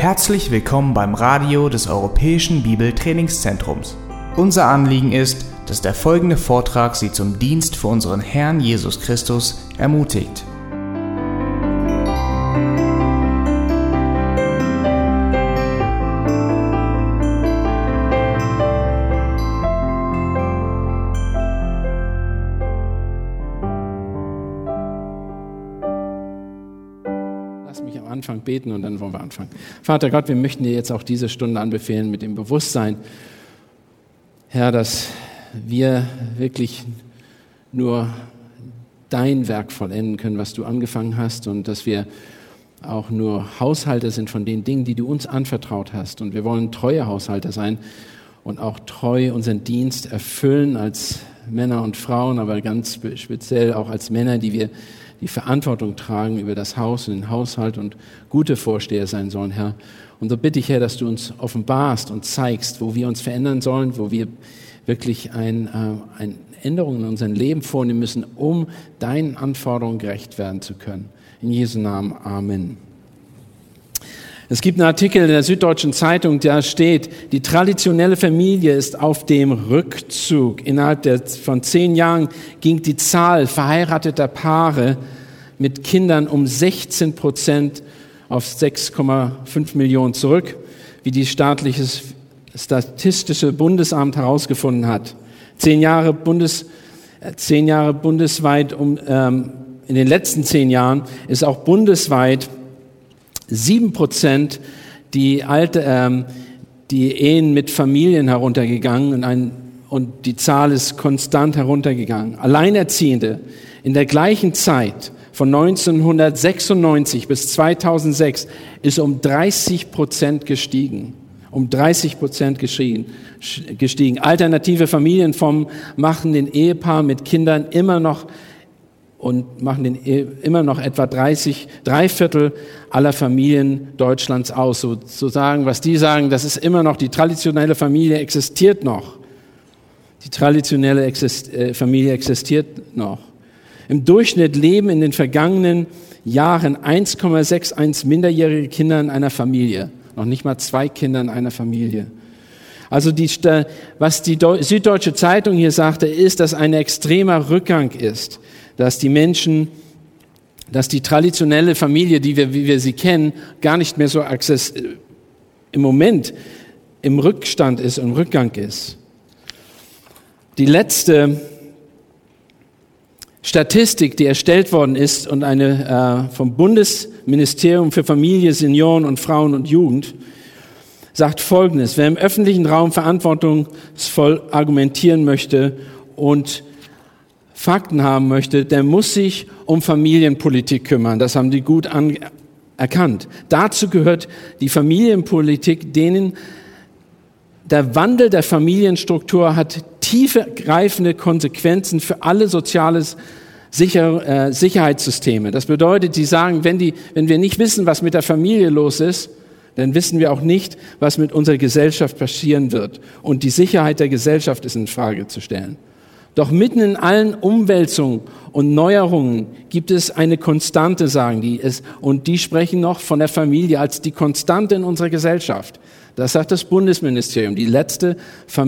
Herzlich willkommen beim Radio des Europäischen Bibeltrainingszentrums. Unser Anliegen ist, dass der folgende Vortrag Sie zum Dienst für unseren Herrn Jesus Christus ermutigt. Beten und dann wollen wir anfangen. Vater Gott, wir möchten dir jetzt auch diese Stunde anbefehlen mit dem Bewusstsein, Herr, dass wir wirklich nur dein Werk vollenden können, was du angefangen hast, und dass wir auch nur Haushalter sind von den Dingen, die du uns anvertraut hast. Und wir wollen treue Haushalter sein und auch treu unseren Dienst erfüllen als Männer und Frauen, aber ganz speziell auch als Männer, die wir die Verantwortung tragen über das Haus und den Haushalt und gute Vorsteher sein sollen, Herr. Und so bitte ich, Herr, dass du uns offenbarst und zeigst, wo wir uns verändern sollen, wo wir wirklich eine Änderung in unserem Leben vornehmen müssen, um deinen Anforderungen gerecht werden zu können. In Jesu Namen, Amen. Es gibt einen Artikel in der Süddeutschen Zeitung, da steht, die traditionelle Familie ist auf dem Rückzug. Innerhalb von 10 Jahren ging die Zahl verheirateter Paare mit Kindern um 16% auf 6,5 Millionen zurück, wie die staatliches Statistische Bundesamt herausgefunden hat. 10 Jahre bundesweit, in den letzten 10 Jahren ist auch bundesweit 7% die Ehen mit Familien heruntergegangen und die Zahl ist konstant heruntergegangen. Alleinerziehende in der gleichen Zeit von 1996 bis 2006 ist um 30% gestiegen. gestiegen. Alternative Familienformen machen den Ehepaar mit Kindern immer noch etwa 3/4 aller Familien Deutschlands aus. Sozusagen, was die sagen, das ist immer noch, die traditionelle Familie existiert noch. Die traditionelle Familie existiert noch. Im Durchschnitt leben in den vergangenen Jahren 1,61 minderjährige Kinder in einer Familie. Noch nicht mal 2 Kinder in einer Familie. Also was die Süddeutsche Zeitung hier sagte, ist, dass ein extremer Rückgang ist. Dass die traditionelle Familie, wie wir sie kennen, gar nicht mehr so im Moment im Rückgang ist. Die letzte Statistik, die erstellt worden ist und eine vom Bundesministerium für Familie, Senioren und Frauen und Jugend, sagt Folgendes: Wer im öffentlichen Raum verantwortungsvoll argumentieren möchte und Fakten haben möchte, der muss sich um Familienpolitik kümmern. Das haben die gut erkannt. Dazu gehört die Familienpolitik, denen der Wandel der Familienstruktur hat tiefgreifende Konsequenzen für alle soziale Sicherheitssysteme. Das bedeutet, die sagen, wenn wir nicht wissen, was mit der Familie los ist, dann wissen wir auch nicht, was mit unserer Gesellschaft passieren wird. Und die Sicherheit der Gesellschaft ist in Frage zu stellen. Doch mitten in allen Umwälzungen und Neuerungen gibt es eine Konstante, sagen die, und die sprechen noch von der Familie als die Konstante in unserer Gesellschaft. Das sagt das Bundesministerium, die letzte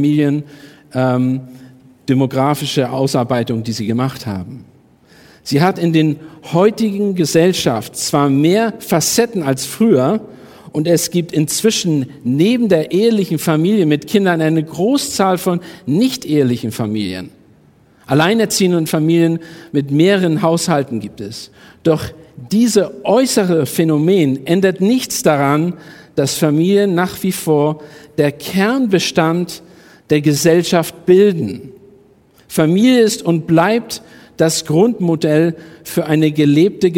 familiendemografische Ausarbeitung, die sie gemacht haben. Sie hat in den heutigen Gesellschaft zwar mehr Facetten als früher, und es gibt inzwischen neben der ehelichen Familie mit Kindern eine Großzahl von nicht-ehelichen Familien. Alleinerziehende und Familien mit mehreren Haushalten gibt es. Doch diese äußere Phänomen ändert nichts daran, dass Familien nach wie vor der Kernbestand der Gesellschaft bilden. Familie ist und bleibt das Grundmodell für einen gelebten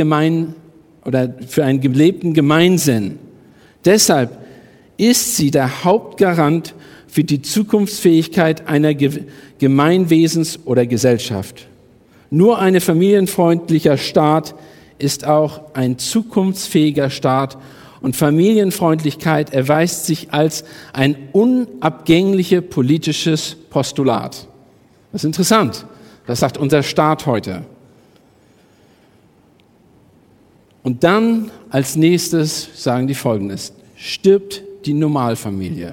Gemeinsinn. Deshalb ist sie der Hauptgarant für die Zukunftsfähigkeit einer Gemeinwesens oder Gesellschaft. Nur ein familienfreundlicher Staat ist auch ein zukunftsfähiger Staat, und Familienfreundlichkeit erweist sich als ein unabgängliches politisches Postulat. Das ist interessant. Das sagt unser Staat heute. Und dann als nächstes sagen die Folgendes: stirbt die Normalfamilie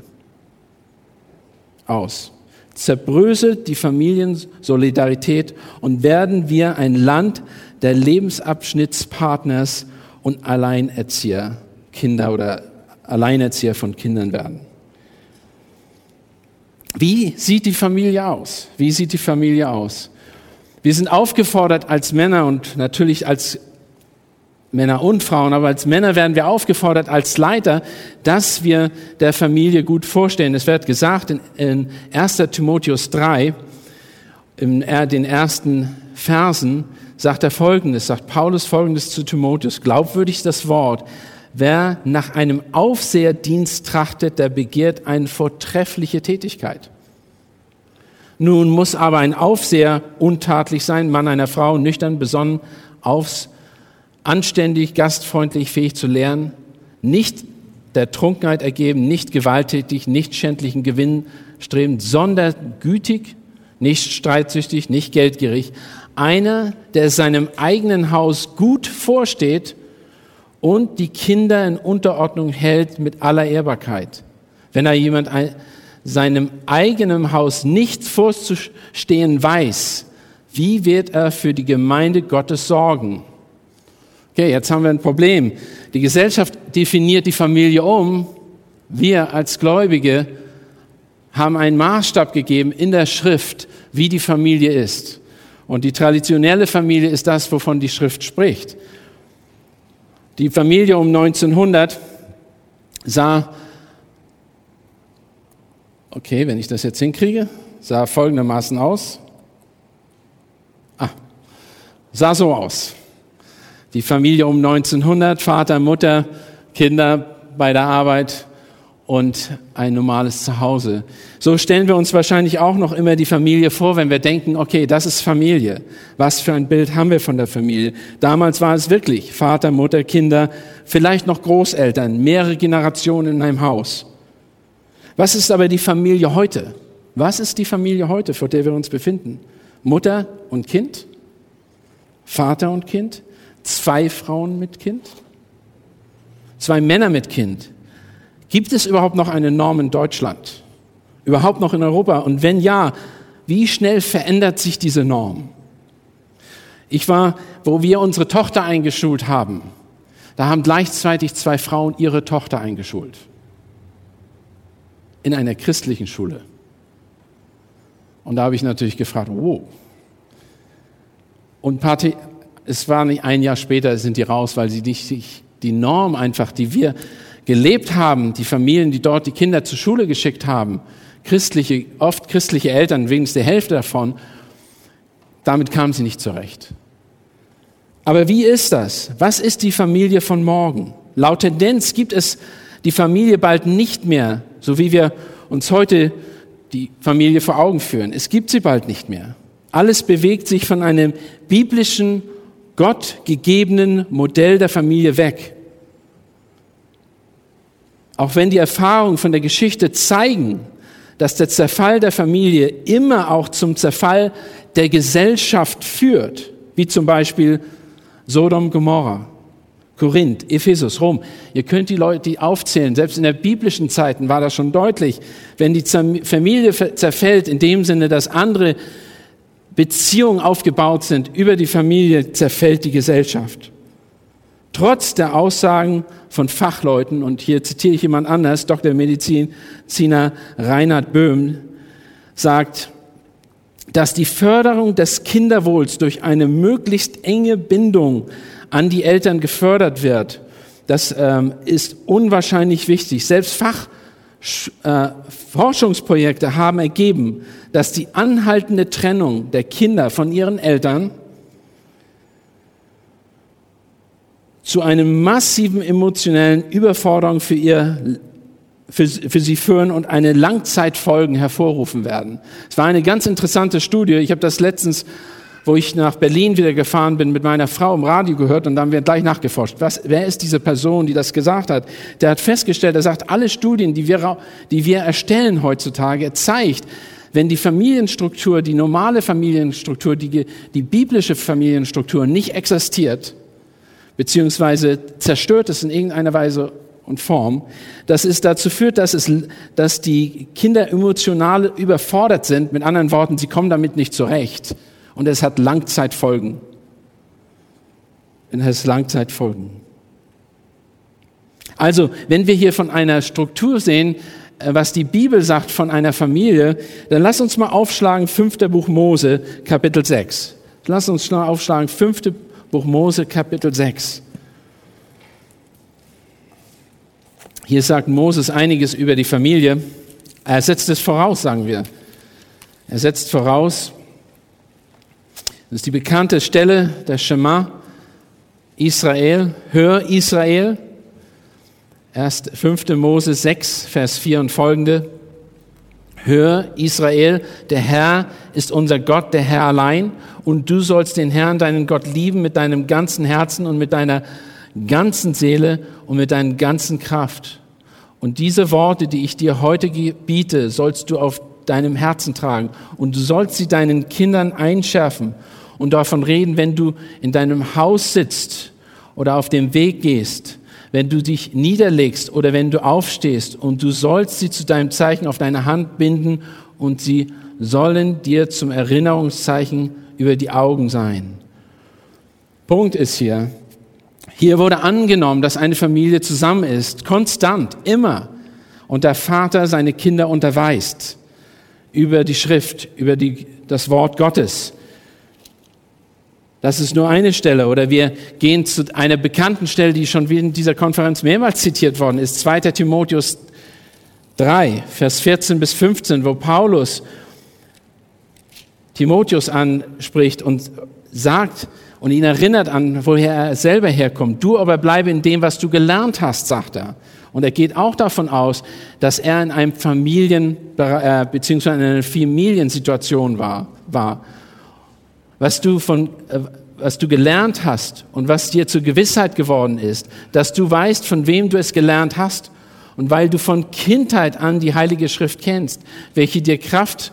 aus. Zerbröselt die Familiensolidarität und werden wir ein Land der Lebensabschnittspartners und Alleinerzieher-Kinder oder Alleinerzieher von Kindern werden. Wie sieht die Familie aus? Wie sieht die Familie aus? Wir sind aufgefordert als Männer und natürlich als Männer und Frauen, aber als Männer werden wir aufgefordert als Leiter, dass wir der Familie gut vorstehen. Es wird gesagt in 1. Timotheus 3, in den ersten Versen, sagt Paulus Folgendes zu Timotheus: Glaubwürdig ist das Wort, wer nach einem Aufseherdienst trachtet, der begehrt eine vortreffliche Tätigkeit. Nun muss aber ein Aufseher untadelig sein, Mann einer Frau, nüchtern, besonnen, anständig, gastfreundlich, fähig zu lernen, nicht der Trunkenheit ergeben, nicht gewalttätig, nicht schändlichen Gewinn strebend, sondern gütig, nicht streitsüchtig, nicht geldgierig, einer, der seinem eigenen Haus gut vorsteht und die Kinder in Unterordnung hält mit aller Ehrbarkeit. Wenn jemand seinem eigenen Haus nicht vorzustehen weiß, wie wird er für die Gemeinde Gottes sorgen? Okay, jetzt haben wir ein Problem. Die Gesellschaft definiert die Familie um. Wir als Gläubige haben einen Maßstab gegeben in der Schrift, wie die Familie ist. Und die traditionelle Familie ist das, wovon die Schrift spricht. Die Familie um 1900 sah folgendermaßen aus. Sah so aus. Die Familie um 1900, Vater, Mutter, Kinder bei der Arbeit und ein normales Zuhause. So stellen wir uns wahrscheinlich auch noch immer die Familie vor, wenn wir denken, okay, das ist Familie. Was für ein Bild haben wir von der Familie? Damals war es wirklich Vater, Mutter, Kinder, vielleicht noch Großeltern, mehrere Generationen in einem Haus. Was ist aber die Familie heute? Was ist die Familie heute, vor der wir uns befinden? Mutter und Kind? Vater und Kind? 2 Frauen mit Kind? 2 Männer mit Kind? Gibt es überhaupt noch eine Norm in Deutschland? Überhaupt noch in Europa? Und wenn ja, wie schnell verändert sich diese Norm? Wo wir unsere Tochter eingeschult haben, da haben gleichzeitig 2 Frauen ihre Tochter eingeschult. In einer christlichen Schule. Und da habe ich natürlich gefragt, wow. Und es war nicht ein Jahr später, sind die raus, weil sie nicht die Norm einfach, die wir gelebt haben, die Familien, die dort die Kinder zur Schule geschickt haben, oft christliche Eltern, wenigstens die Hälfte davon, damit kamen sie nicht zurecht. Aber wie ist das? Was ist die Familie von morgen? Laut Tendenz gibt es die Familie bald nicht mehr, so wie wir uns heute die Familie vor Augen führen. Es gibt sie bald nicht mehr. Alles bewegt sich von einem biblischen, gottgegebenen Modell der Familie weg. Auch wenn die Erfahrungen von der Geschichte zeigen, dass der Zerfall der Familie immer auch zum Zerfall der Gesellschaft führt, wie zum Beispiel Sodom, Gomorra, Korinth, Ephesus, Rom. Ihr könnt die Leute aufzählen. Selbst in der biblischen Zeiten war das schon deutlich. Wenn die Familie zerfällt, in dem Sinne, dass andere Beziehungen aufgebaut sind über die Familie, zerfällt die Gesellschaft. Trotz der Aussagen von Fachleuten, und hier zitiere ich jemand anders, Dr. Mediziner Reinhard Böhm, sagt, dass die Förderung des Kinderwohls durch eine möglichst enge Bindung an die Eltern gefördert wird. Das ist unwahrscheinlich wichtig. Selbst Forschungsprojekte haben ergeben, dass die anhaltende Trennung der Kinder von ihren Eltern zu einem massiven emotionellen Überforderung für sie führen und eine Langzeitfolgen hervorrufen werden. Es war eine ganz interessante Studie. Ich habe das letztens, wo ich nach Berlin wieder gefahren bin, mit meiner Frau im Radio gehört und dann haben wir gleich nachgeforscht. Wer ist diese Person, die das gesagt hat? Der hat festgestellt, er sagt, alle Studien, die wir erstellen heutzutage, zeigt, wenn die Familienstruktur, die normale Familienstruktur, die biblische Familienstruktur nicht existiert, beziehungsweise zerstört ist in irgendeiner Weise und Form, dass es dazu führt, dass die Kinder emotional überfordert sind. Mit anderen Worten, sie kommen damit nicht zurecht. Und es hat Langzeitfolgen. Also, wenn wir hier von einer Struktur sehen, was die Bibel sagt von einer Familie, dann lass uns mal aufschlagen, 5. Buch Mose, Kapitel 6. Lass uns schnell aufschlagen, 5. Buch Mose, Kapitel 6. Hier sagt Moses einiges über die Familie. Er setzt es voraus, sagen wir. Er setzt voraus, das ist die bekannte Stelle der Schema, Israel, hör Israel. Erst 5. Mose 6, Vers 4 und folgende. Hör Israel, der Herr ist unser Gott, der Herr allein. Und du sollst den Herrn, deinen Gott, lieben mit deinem ganzen Herzen und mit deiner ganzen Seele und mit deiner ganzen Kraft. Und diese Worte, die ich dir heute gebiete, sollst du auf deinem Herzen tragen. Und du sollst sie deinen Kindern einschärfen und davon reden, wenn du in deinem Haus sitzt oder auf dem Weg gehst, wenn du dich niederlegst oder wenn du aufstehst, und du sollst sie zu deinem Zeichen auf deine Hand binden und sie sollen dir zum Erinnerungszeichen über die Augen sein. Punkt ist hier wurde angenommen, dass eine Familie zusammen ist, konstant, immer, und der Vater seine Kinder unterweist über die Schrift, über das Wort Gottes. Das ist nur eine Stelle. Oder wir gehen zu einer bekannten Stelle, die schon in dieser Konferenz mehrmals zitiert worden ist, 2. Timotheus 3, Vers 14 bis 15, wo Paulus Timotheus anspricht und sagt und ihn erinnert an, woher er selber herkommt. Du aber bleibe in dem, was du gelernt hast, sagt er. Und er geht auch davon aus, dass er in einem beziehungsweise in einer Familiensituation war. Was du gelernt hast und was dir zur Gewissheit geworden ist, dass du weißt, von wem du es gelernt hast, und weil du von Kindheit an die Heilige Schrift kennst, welche die Kraft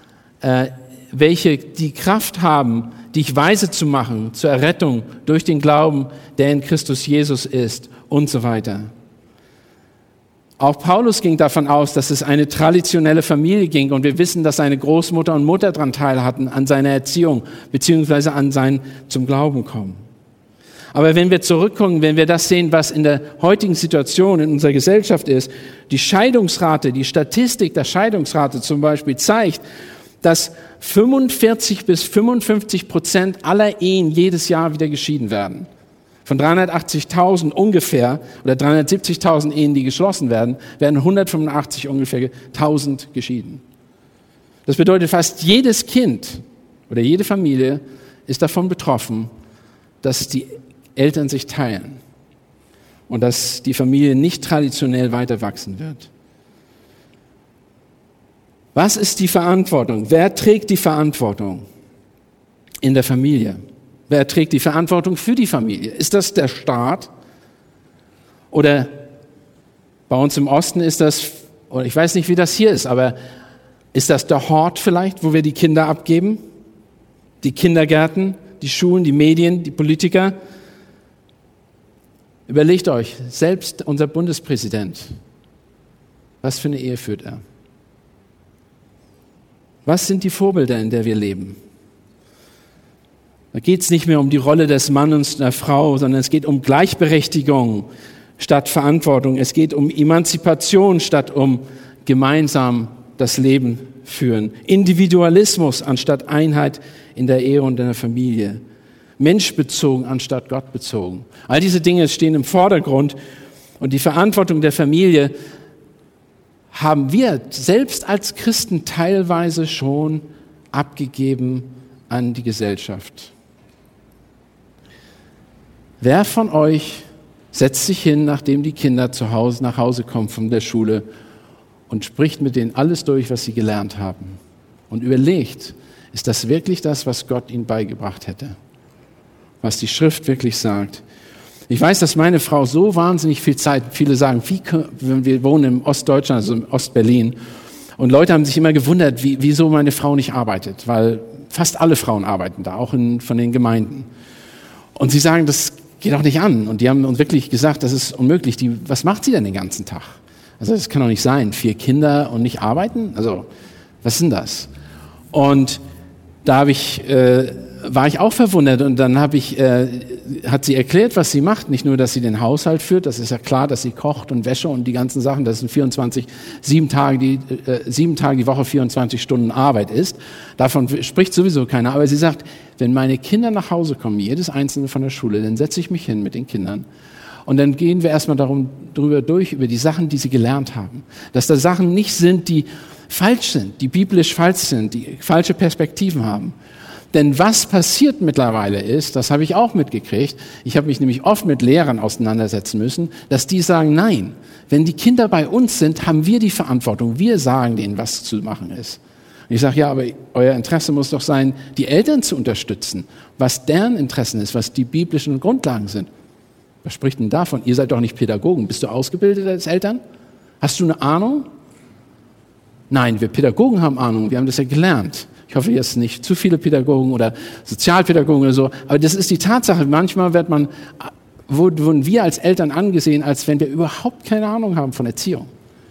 haben, dich weise zu machen zur Errettung durch den Glauben, der in Christus Jesus ist, und so weiter. Auch Paulus ging davon aus, dass es eine traditionelle Familie ging, und wir wissen, dass seine Großmutter und Mutter daran teil hatten an seiner Erziehung beziehungsweise an sein zum Glauben kommen. Aber wenn wir zurückgucken, wenn wir das sehen, was in der heutigen Situation in unserer Gesellschaft ist, die Scheidungsrate, die Statistik der Scheidungsrate zum Beispiel zeigt, dass 45 bis 55% aller Ehen jedes Jahr wieder geschieden werden. Von 380.000 ungefähr oder 370.000 Ehen, die geschlossen werden, werden 185 ungefähr 1.000 geschieden. Das bedeutet, fast jedes Kind oder jede Familie ist davon betroffen, dass die Eltern sich teilen und dass die Familie nicht traditionell weiter wachsen wird. Was ist die Verantwortung? Wer trägt die Verantwortung in der Familie? Wer trägt die Verantwortung für die Familie? Ist das der Staat? Oder bei uns im Osten ist das, oder ich weiß nicht, wie das hier ist, aber ist das der Hort vielleicht, wo wir die Kinder abgeben? Die Kindergärten, die Schulen, die Medien, die Politiker? Überlegt euch, selbst unser Bundespräsident, was für eine Ehe führt er? Was sind die Vorbilder, in der wir leben? Da geht es nicht mehr um die Rolle des Mannes und der Frau, sondern es geht um Gleichberechtigung statt Verantwortung. Es geht um Emanzipation statt um gemeinsam das Leben führen. Individualismus anstatt Einheit in der Ehe und in der Familie. Menschbezogen anstatt gottbezogen. All diese Dinge stehen im Vordergrund, und die Verantwortung der Familie haben wir selbst als Christen teilweise schon abgegeben an die Gesellschaft. Wer von euch setzt sich hin, nachdem die Kinder nach Hause kommen von der Schule, und spricht mit denen alles durch, was sie gelernt haben, und überlegt, ist das wirklich das, was Gott ihnen beigebracht hätte? Was die Schrift wirklich sagt? Ich weiß, dass meine Frau so wahnsinnig viel Zeit, viele sagen, wir wohnen im Ostdeutschland, also im Ostberlin, und Leute haben sich immer gewundert, wieso meine Frau nicht arbeitet, weil fast alle Frauen arbeiten da, auch von den Gemeinden. Und sie sagen, das geht auch nicht an. Und die haben uns wirklich gesagt, das ist unmöglich. Was macht sie denn den ganzen Tag? Also das kann doch nicht sein. 4 Kinder und nicht arbeiten? Also was ist denn das? Und da war ich auch verwundert und dann hat sie erklärt, was sie macht. Nicht nur, dass sie den Haushalt führt, das ist ja klar, dass sie kocht und Wäsche und die ganzen Sachen, das sind 7 Tage die Woche 24 Stunden Arbeit ist. Davon spricht sowieso keiner. Aber sie sagt, wenn meine Kinder nach Hause kommen, jedes einzelne von der Schule, dann setze ich mich hin mit den Kindern und dann gehen wir erstmal drüber durch, über die Sachen, die sie gelernt haben. Dass da Sachen nicht sind, die falsch sind, die biblisch falsch sind, die falsche Perspektiven haben. Denn was passiert mittlerweile ist, das habe ich auch mitgekriegt, ich habe mich nämlich oft mit Lehrern auseinandersetzen müssen, dass die sagen, nein, wenn die Kinder bei uns sind, haben wir die Verantwortung, wir sagen denen, was zu machen ist. Und ich sage, ja, aber euer Interesse muss doch sein, die Eltern zu unterstützen, was deren Interessen ist, was die biblischen Grundlagen sind. Was spricht denn davon? Ihr seid doch nicht Pädagogen. Bist du ausgebildet als Eltern? Hast du eine Ahnung? Nein, wir Pädagogen haben Ahnung, wir haben das ja gelernt. Ich hoffe jetzt nicht zu viele Pädagogen oder Sozialpädagogen oder so, aber das ist die Tatsache. Manchmal wurden wir als Eltern angesehen, als wenn wir überhaupt keine Ahnung haben von Erziehung.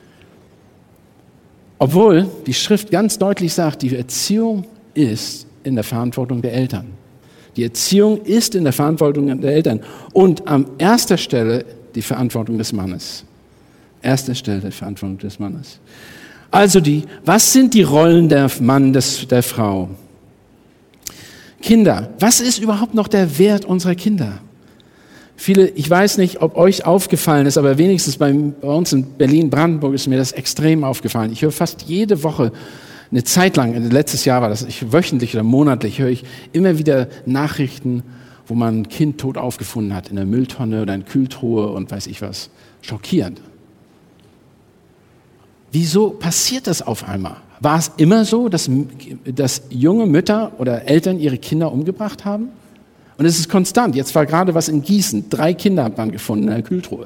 Obwohl die Schrift ganz deutlich sagt, die Erziehung ist in der Verantwortung der Eltern. Die Erziehung ist in der Verantwortung der Eltern und an erster Stelle die Verantwortung des Mannes. Erster Stelle der Verantwortung des Mannes. Also was sind die Rollen der Mann, der Frau? Kinder, was ist überhaupt noch der Wert unserer Kinder? Ich weiß nicht, ob euch aufgefallen ist, aber wenigstens bei uns in Berlin-Brandenburg ist mir das extrem aufgefallen. Ich höre fast jede Woche, eine Zeit lang, letztes Jahr war das, wöchentlich oder monatlich, höre ich immer wieder Nachrichten, wo man ein Kind tot aufgefunden hat, in der Mülltonne oder in der Kühltruhe und weiß ich was. Schockierend. Wieso passiert das auf einmal? War es immer so, dass junge Mütter oder Eltern ihre Kinder umgebracht haben? Und es ist konstant. Jetzt war gerade was in Gießen. 3 Kinder hat man gefunden in der Kühltruhe.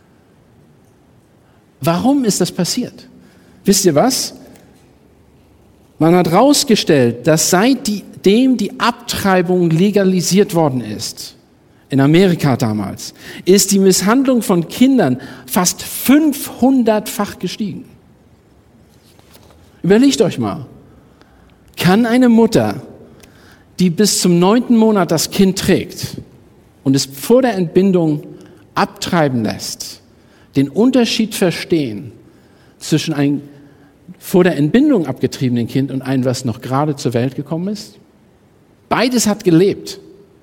Warum ist das passiert? Wisst ihr was? Man hat herausgestellt, dass seitdem die Abtreibung legalisiert worden ist, in Amerika damals, ist die Misshandlung von Kindern fast 500-fach gestiegen. Überlegt euch mal, kann eine Mutter, die bis zum 9. Monat das Kind trägt und es vor der Entbindung abtreiben lässt, den Unterschied verstehen zwischen einem vor der Entbindung abgetriebenen Kind und einem, was noch gerade zur Welt gekommen ist? Beides hat gelebt.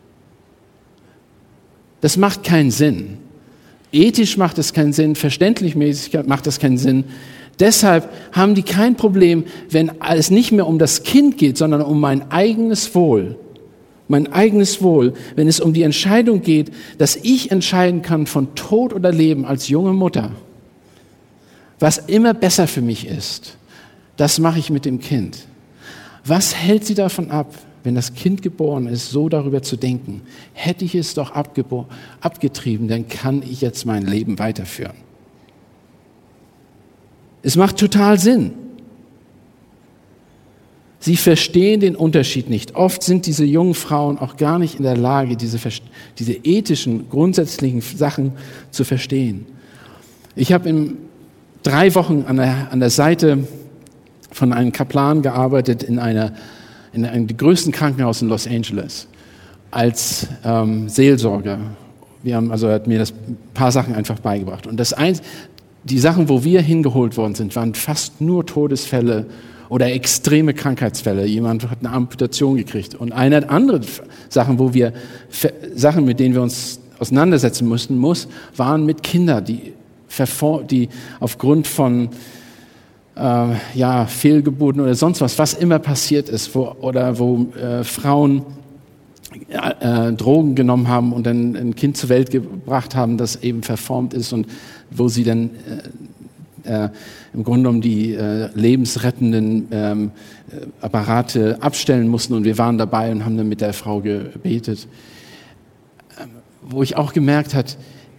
Das macht keinen Sinn. Ethisch macht es keinen Sinn, verständlichmäßig macht es keinen Sinn. Deshalb haben die kein Problem, wenn es nicht mehr um das Kind geht, sondern um mein eigenes Wohl. Mein eigenes Wohl, wenn es um die Entscheidung geht, dass ich entscheiden kann von Tod oder Leben als junge Mutter. Was immer besser für mich ist, das mache ich mit dem Kind. Was hält sie davon ab, wenn das Kind geboren ist, so darüber zu denken? Hätte ich es doch abgetrieben, dann kann ich jetzt mein Leben weiterführen. Es macht total Sinn. Sie verstehen den Unterschied nicht. Oft sind diese jungen Frauen auch gar nicht in der Lage, diese ethischen, grundsätzlichen Sachen zu verstehen. Ich habe in 3 Wochen an der Seite von einem Kaplan gearbeitet in einem größten Krankenhaus in Los Angeles als Seelsorger. Er hat mir das paar Sachen einfach beigebracht. Und die Sachen, wo wir hingeholt worden sind, waren fast nur Todesfälle oder extreme Krankheitsfälle. Jemand hat eine Amputation gekriegt. Und eine andere Sachen, Sachen, mit denen wir uns auseinandersetzen mussten, waren mit Kindern, die aufgrund von Fehlgeburten oder sonst was immer passiert ist, wo Frauen Drogen genommen haben und dann ein Kind zur Welt gebracht haben, das eben verformt ist und wo sie dann im Grunde genommen die lebensrettenden Apparate abstellen mussten und wir waren dabei und haben dann mit der Frau gebetet. Wo ich auch gemerkt habe,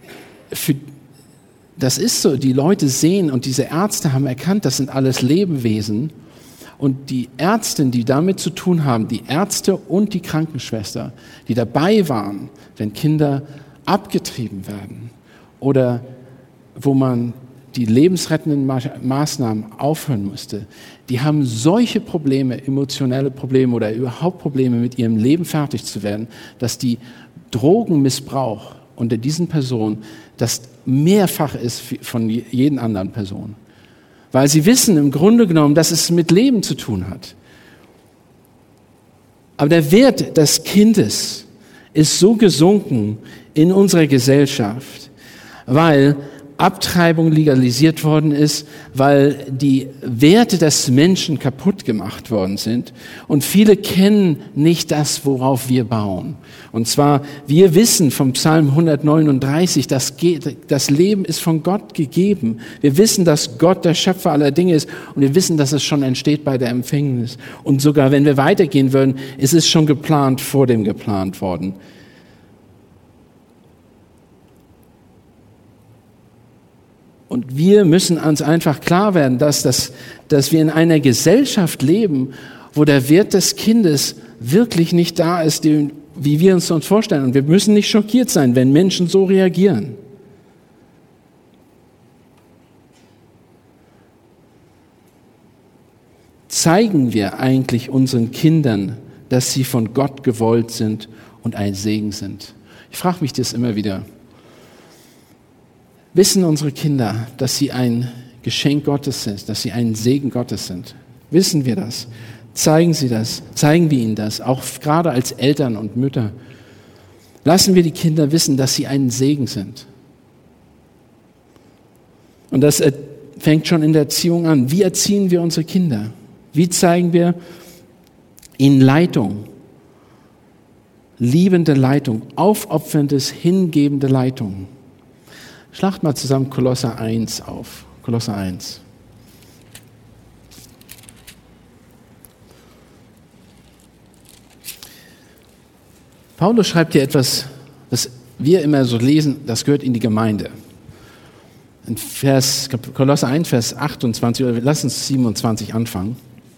das ist so, die Leute sehen und diese Ärzte haben erkannt, das sind alles Lebewesen und die Ärzte, die damit zu tun haben, die Ärzte und die Krankenschwester, die dabei waren, wenn Kinder abgetrieben werden oder wo man die lebensrettenden Maßnahmen aufhören musste, die haben solche Probleme, emotionelle Probleme oder überhaupt Probleme mit ihrem Leben fertig zu werden, dass die Drogenmissbrauch unter diesen Personen das mehrfach ist von jeden anderen Person. Weil sie wissen im Grunde genommen, dass es mit Leben zu tun hat. Aber der Wert des Kindes ist so gesunken in unserer Gesellschaft, weil Abtreibung legalisiert worden ist, weil die Werte des Menschen kaputt gemacht worden sind. Und viele kennen nicht das, worauf wir bauen. Und zwar, wir wissen vom Psalm 139, das Leben ist von Gott gegeben. Wir wissen, dass Gott der Schöpfer aller Dinge ist. Und wir wissen, dass es schon entsteht bei der Empfängnis. Und sogar, wenn wir weitergehen würden, ist es schon geplant, vor dem geplant worden. Und wir müssen uns einfach klar werden, dass wir in einer Gesellschaft leben, wo der Wert des Kindes wirklich nicht da ist, wie wir uns vorstellen. Und wir müssen nicht schockiert sein, wenn Menschen so reagieren. Zeigen wir eigentlich unseren Kindern, dass sie von Gott gewollt sind und ein Segen sind? Ich frage mich das immer wieder. Wissen unsere Kinder, dass sie ein Geschenk Gottes sind, dass sie ein Segen Gottes sind? Wissen wir das? Zeigen sie das? Zeigen wir ihnen das? Auch gerade als Eltern und Mütter. Lassen wir die Kinder wissen, dass sie ein Segen sind. Und das fängt schon in der Erziehung an. Wie erziehen wir unsere Kinder? Wie zeigen wir ihnen Leitung? Liebende Leitung, aufopferndes, hingebende Leitung. Schlagt mal zusammen Kolosser 1 auf. Kolosser 1. Paulus schreibt hier etwas, das wir immer so lesen, das gehört in die Gemeinde. In Kolosser 1, Vers 28, oder lass uns 27 anfangen.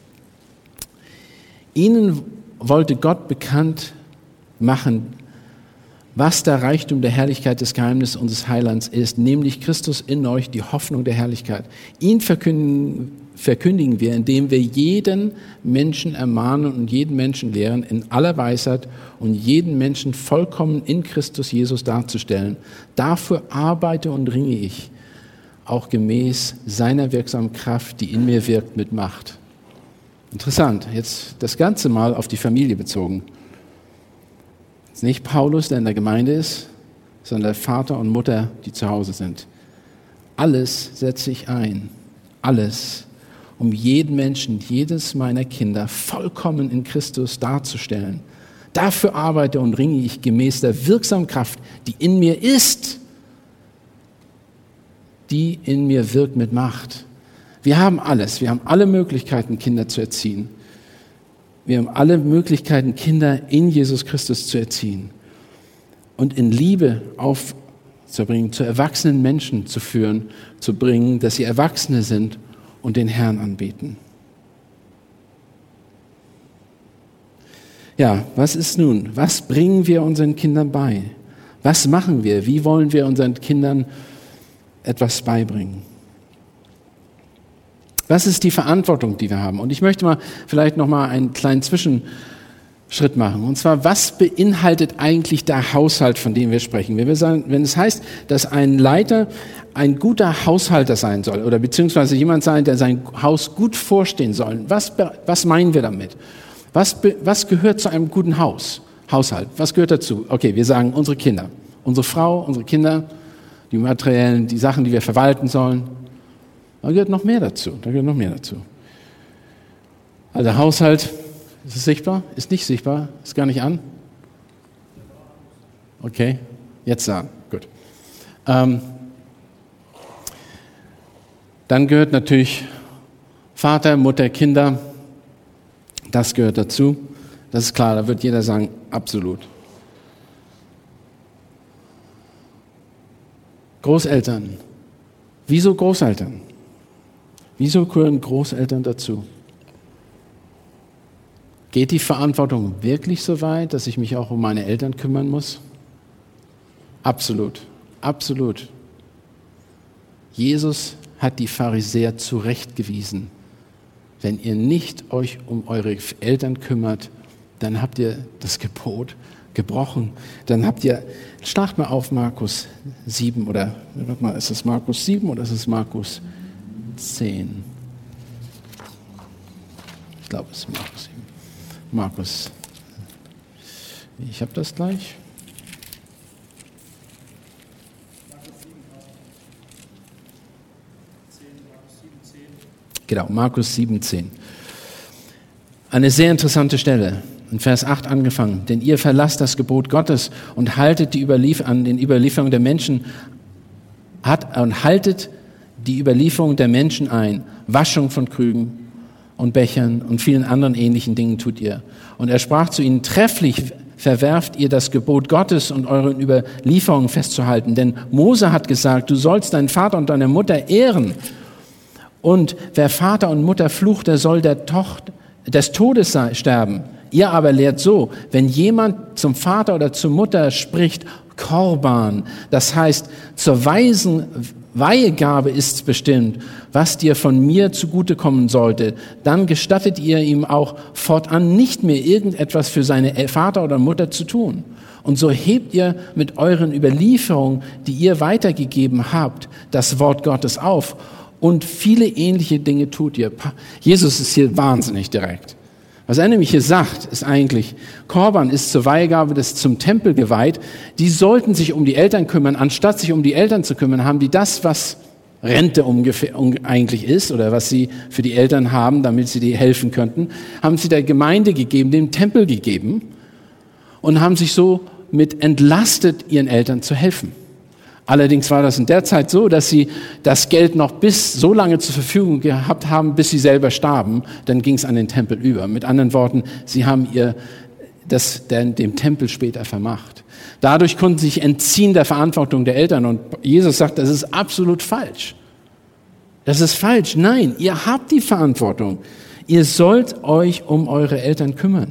Ihnen wollte Gott bekannt machen, was der Reichtum der Herrlichkeit des Geheimnisses unseres Heilands ist, nämlich Christus in euch, die Hoffnung der Herrlichkeit. Ihn verkündigen wir, indem wir jeden Menschen ermahnen und jeden Menschen lehren, in aller Weisheit und jeden Menschen vollkommen in Christus Jesus darzustellen. Dafür arbeite und ringe ich, auch gemäß seiner wirksamen Kraft, die in mir wirkt, mit Macht. Interessant, jetzt das Ganze mal auf die Familie bezogen. Es ist nicht Paulus, der in der Gemeinde ist, sondern der Vater und Mutter, die zu Hause sind. Alles setze ich ein, alles, um jeden Menschen, jedes meiner Kinder vollkommen in Christus darzustellen. Dafür arbeite und ringe ich gemäß der wirksamen Kraft, die in mir ist, die in mir wirkt mit Macht. Wir haben alles, wir haben alle Möglichkeiten, Kinder zu erziehen. Wir haben alle Möglichkeiten, Kinder in Jesus Christus zu erziehen und in Liebe aufzubringen, zu erwachsenen Menschen zu führen, zu bringen, dass sie Erwachsene sind und den Herrn anbeten. Ja, was ist nun? Was bringen wir unseren Kindern bei? Was machen wir? Wie wollen wir unseren Kindern etwas beibringen? Was ist die Verantwortung, die wir haben? Und ich möchte mal vielleicht noch mal einen kleinen Zwischenschritt machen. Und zwar, was beinhaltet eigentlich der Haushalt, von dem wir sprechen? Wenn es heißt, dass ein Leiter ein guter Haushalter sein soll oder beziehungsweise jemand sein, der sein Haus gut vorstehen soll, was meinen wir damit? Was gehört zu einem guten Haushalt? Was gehört dazu? Okay, wir sagen unsere Kinder, unsere Frau, unsere Kinder, die materiellen, die Sachen, die wir verwalten sollen. Da gehört noch mehr dazu. Also der Haushalt, ist es sichtbar? Ist nicht sichtbar? Ist gar nicht an? Okay, jetzt sagen. Gut. Dann gehört natürlich Vater, Mutter, Kinder. Das gehört dazu. Das ist klar, da wird jeder sagen, absolut. Großeltern. Wieso Großeltern? Wieso gehören Großeltern dazu? Geht die Verantwortung wirklich so weit, dass ich mich auch um meine Eltern kümmern muss? Absolut, absolut. Jesus hat die Pharisäer zurechtgewiesen. Wenn ihr nicht euch um eure Eltern kümmert, dann habt ihr das Gebot gebrochen. Dann habt ihr, schlagt mal auf Markus 7 oder, warte mal, ist es Markus 7 oder ist es Markus 10? Ich glaube, es ist Markus 7. Markus, ich habe das gleich. Genau, Markus 7,10. Eine sehr interessante Stelle, in Vers 8 angefangen. Denn ihr verlasst das Gebot Gottes und haltet die Überlieferung der Menschen ein. Waschung von Krügen und Bechern und vielen anderen ähnlichen Dingen tut ihr. Und er sprach zu ihnen, trefflich verwerft ihr das Gebot Gottes und euren Überlieferungen festzuhalten. Denn Mose hat gesagt, du sollst deinen Vater und deine Mutter ehren. Und wer Vater und Mutter flucht, der soll des Todes sterben. Ihr aber lehrt so, wenn jemand zum Vater oder zur Mutter spricht, Korban, das heißt, zur Weihegabe ist's bestimmt, was dir von mir zugutekommen sollte, dann gestattet ihr ihm auch fortan nicht mehr irgendetwas für seine Vater oder Mutter zu tun. Und so hebt ihr mit euren Überlieferungen, die ihr weitergegeben habt, das Wort Gottes auf. Und viele ähnliche Dinge tut ihr. Jesus ist hier wahnsinnig direkt. Was er nämlich hier sagt, ist eigentlich, Korban ist zur Weihgabe des zum Tempel geweiht. Die sollten sich um die Eltern kümmern. Anstatt sich um die Eltern zu kümmern, haben die das, was Rente eigentlich ist oder was sie für die Eltern haben, damit sie die helfen könnten, haben sie der Gemeinde gegeben, dem Tempel gegeben und haben sich so mit entlastet, ihren Eltern zu helfen. Allerdings war das in der Zeit so, dass sie das Geld noch bis so lange zur Verfügung gehabt haben, bis sie selber starben. Dann ging es an den Tempel über. Mit anderen Worten, sie haben dem Tempel später vermacht. Dadurch konnten sie sich entziehen der Verantwortung der Eltern. Und Jesus sagt, das ist absolut falsch. Das ist falsch. Nein, ihr habt die Verantwortung. Ihr sollt euch um eure Eltern kümmern.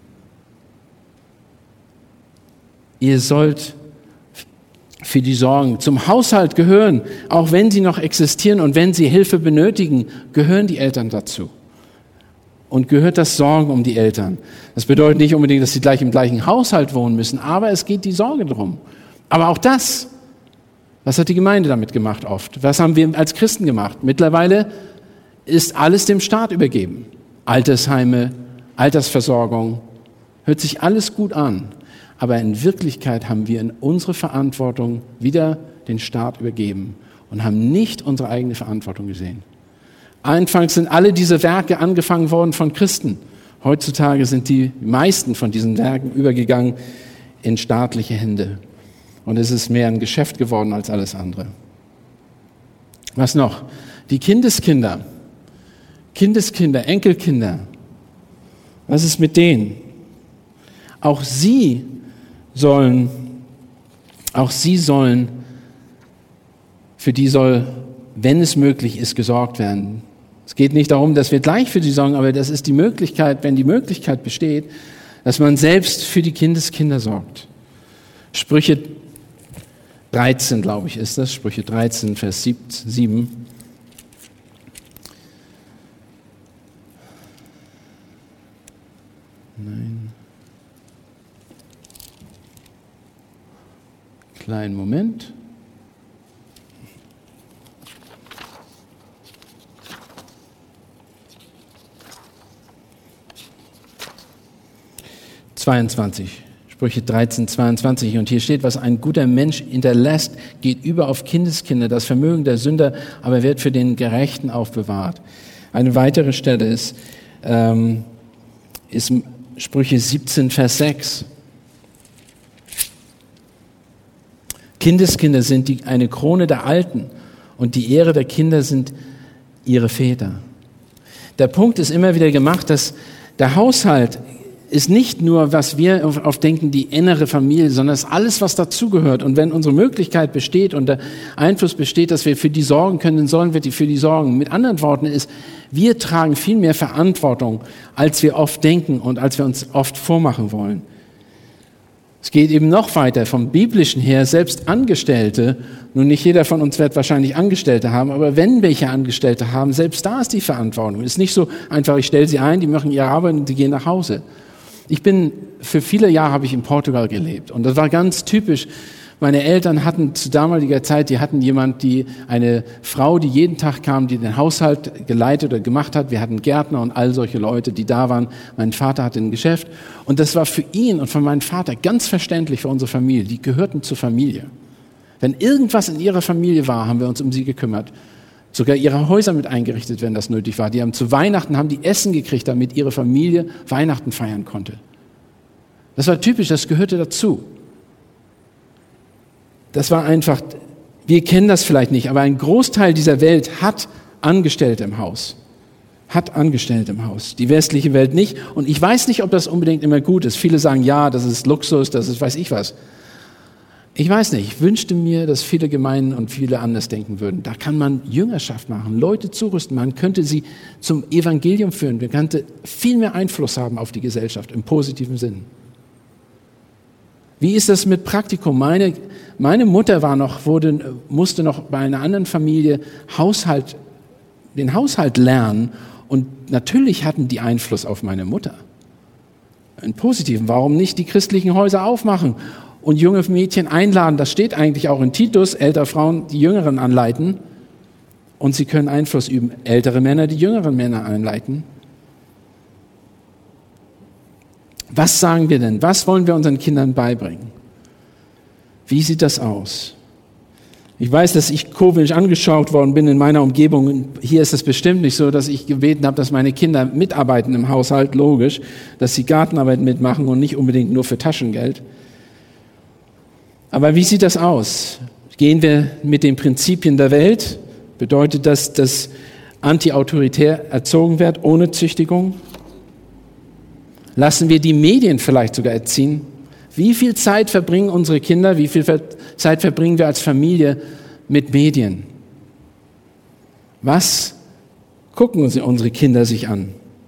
Ihr sollt für die Sorgen zum Haushalt gehören, auch wenn sie noch existieren und wenn sie Hilfe benötigen, gehören die Eltern dazu. Und gehört das Sorgen um die Eltern. Das bedeutet nicht unbedingt, dass sie gleich im gleichen Haushalt wohnen müssen, aber es geht die Sorge drum. Aber auch das, was hat die Gemeinde damit gemacht oft? Was haben wir als Christen gemacht? Mittlerweile ist alles dem Staat übergeben. Altersheime, Altersversorgung, hört sich alles gut an. Aber in Wirklichkeit haben wir in unsere Verantwortung wieder den Staat übergeben und haben nicht unsere eigene Verantwortung gesehen. Anfangs sind alle diese Werke angefangen worden von Christen. Heutzutage sind die meisten von diesen Werken übergegangen in staatliche Hände. Und es ist mehr ein Geschäft geworden als alles andere. Was noch? Die Kindeskinder, Enkelkinder. Was ist mit denen? Auch sie sollen, für die soll, wenn es möglich ist, gesorgt werden. Es geht nicht darum, dass wir gleich für sie sorgen, aber das ist die Möglichkeit, wenn die Möglichkeit besteht, dass man selbst für die Kindeskinder sorgt. Sprüche 13, glaube ich, ist das. Sprüche 13, Vers 7. Nein. Kleinen Moment. Sprüche 13, 22. Und hier steht, was ein guter Mensch hinterlässt, geht über auf Kindeskinder. Das Vermögen der Sünder aber wird für den Gerechten aufbewahrt. Eine weitere Stelle ist Sprüche 17, Vers 6. Kindeskinder sind eine Krone der Alten und die Ehre der Kinder sind ihre Väter. Der Punkt ist immer wieder gemacht, dass der Haushalt ist nicht nur, was wir oft denken, die innere Familie, sondern es ist alles, was dazugehört. Und wenn unsere Möglichkeit besteht und der Einfluss besteht, dass wir für die sorgen können, dann sollen wir für die sorgen. Mit anderen Worten ist, wir tragen viel mehr Verantwortung, als wir oft denken und als wir uns oft vormachen wollen. Es geht eben noch weiter vom Biblischen her, selbst Angestellte, nun nicht jeder von uns wird wahrscheinlich Angestellte haben, aber wenn welche Angestellte haben, selbst da ist die Verantwortung. Es ist nicht so einfach, ich stelle sie ein, die machen ihre Arbeit und die gehen nach Hause. Für viele Jahre habe ich in Portugal gelebt und das war ganz typisch. Meine Eltern hatten zu damaliger Zeit, eine Frau, die jeden Tag kam, die den Haushalt geleitet oder gemacht hat. Wir hatten Gärtner und all solche Leute, die da waren. Mein Vater hatte ein Geschäft. Und das war für ihn und für meinen Vater ganz verständlich für unsere Familie. Die gehörten zur Familie. Wenn irgendwas in ihrer Familie war, haben wir uns um sie gekümmert. Sogar ihre Häuser mit eingerichtet, wenn das nötig war. Zu Weihnachten haben die Essen gekriegt, damit ihre Familie Weihnachten feiern konnte. Das war typisch, das gehörte dazu. Das war einfach, wir kennen das vielleicht nicht, aber ein Großteil dieser Welt hat Angestellte im Haus. Die westliche Welt nicht. Und ich weiß nicht, ob das unbedingt immer gut ist. Viele sagen, ja, das ist Luxus, das ist weiß ich was. Ich weiß nicht, ich wünschte mir, dass viele Gemeinden und viele anders denken würden. Da kann man Jüngerschaft machen, Leute zurüsten, man könnte sie zum Evangelium führen, man könnte viel mehr Einfluss haben auf die Gesellschaft im positiven Sinn. Wie ist das mit Praktikum? Meine Mutter musste noch bei einer anderen Familie den Haushalt lernen und natürlich hatten die Einfluss auf meine Mutter. Einen positiven. Warum nicht die christlichen Häuser aufmachen und junge Mädchen einladen? Das steht eigentlich auch in Titus, ältere Frauen die Jüngeren anleiten und sie können Einfluss üben. Ältere Männer die jüngeren Männer anleiten. Was sagen wir denn? Was wollen wir unseren Kindern beibringen? Wie sieht das aus? Ich weiß, dass ich komisch angeschaut worden bin in meiner Umgebung. Hier ist es bestimmt nicht so, dass ich gebeten habe, dass meine Kinder mitarbeiten im Haushalt, logisch, dass sie Gartenarbeit mitmachen und nicht unbedingt nur für Taschengeld. Aber wie sieht das aus? Gehen wir mit den Prinzipien der Welt? Bedeutet das, dass anti-autoritär erzogen wird, ohne Züchtigung? Lassen wir die Medien vielleicht sogar erziehen? Wie viel Zeit verbringen unsere Kinder, wie viel Zeit verbringen wir als Familie mit Medien? Was gucken unsere Kinder sich an?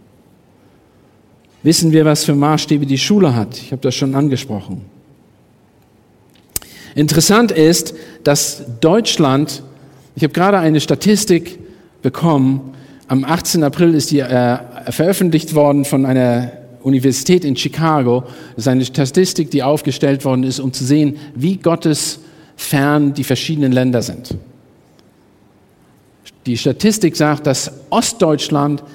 Wissen wir, was für Maßstäbe die Schule hat? Ich habe das schon angesprochen. Interessant ist, dass Deutschland, ich habe gerade eine Statistik bekommen, am 18. April ist die veröffentlicht worden von einer Universität in Chicago. Das ist eine Statistik, die aufgestellt worden ist, um zu sehen, wie gottesfern die verschiedenen Länder sind. Die Statistik sagt, dass Ostdeutschland,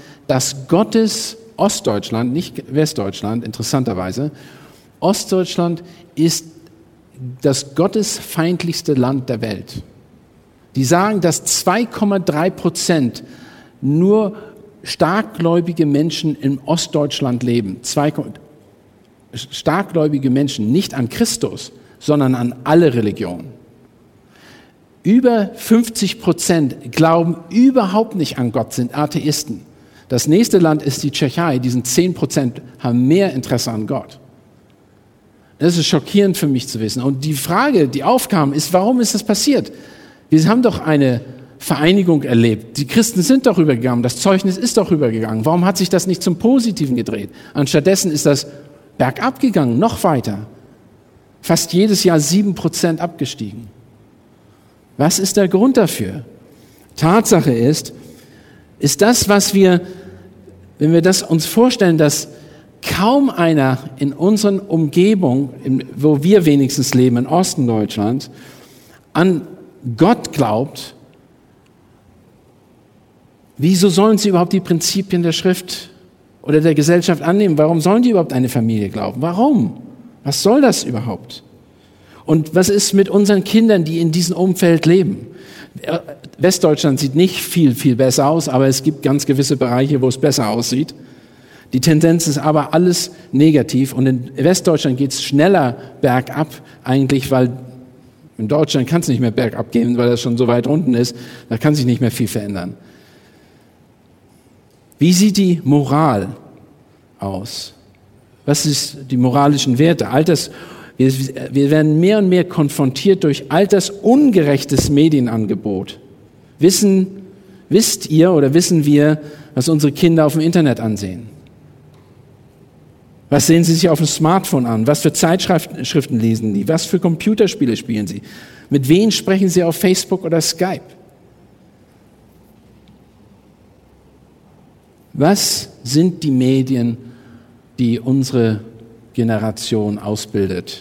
nicht Westdeutschland, interessanterweise, Ostdeutschland ist das gottesfeindlichste Land der Welt. Die sagen, dass 2,3% nur starkgläubige Menschen in Ostdeutschland leben. Starkgläubige Menschen, nicht an Christus, sondern an alle Religionen. Über 50% glauben überhaupt nicht an Gott, sind Atheisten. Das nächste Land ist die Tschechei, die sind 10%, haben mehr Interesse an Gott. Das ist schockierend für mich zu wissen. Und die Frage, die aufkam, ist, warum ist das passiert? Wir haben doch eine Vereinigung erlebt. Die Christen sind doch rübergegangen, das Zeugnis ist doch rübergegangen. Warum hat sich das nicht zum Positiven gedreht? Anstattdessen ist das bergab gegangen, noch weiter. Fast jedes Jahr 7% abgestiegen. Was ist der Grund dafür? Tatsache ist das, wenn wir das uns vorstellen, dass kaum einer in unseren Umgebungen, wo wir wenigstens leben, im Osten Deutschlands, an Gott glaubt, wieso sollen sie überhaupt die Prinzipien der Schrift oder der Gesellschaft annehmen? Warum sollen die überhaupt eine Familie glauben? Warum? Was soll das überhaupt? Und was ist mit unseren Kindern, die in diesem Umfeld leben? Westdeutschland sieht nicht viel, viel besser aus, aber es gibt ganz gewisse Bereiche, wo es besser aussieht. Die Tendenz ist aber alles negativ und in Westdeutschland geht es schneller bergab eigentlich, weil in Deutschland kann es nicht mehr bergab gehen, weil das schon so weit unten ist, da kann sich nicht mehr viel verändern. Wie sieht die Moral aus? Was ist die moralischen Werte? Wir werden mehr und mehr konfrontiert durch altersungerechtes Medienangebot. Wisst ihr oder wissen wir, was unsere Kinder auf dem Internet ansehen? Was sehen Sie sich auf dem Smartphone an? Was für Zeitschriften lesen Sie? Was für Computerspiele spielen Sie? Mit wem sprechen Sie auf Facebook oder Skype? Was sind die Medien, die unsere Generation ausbildet?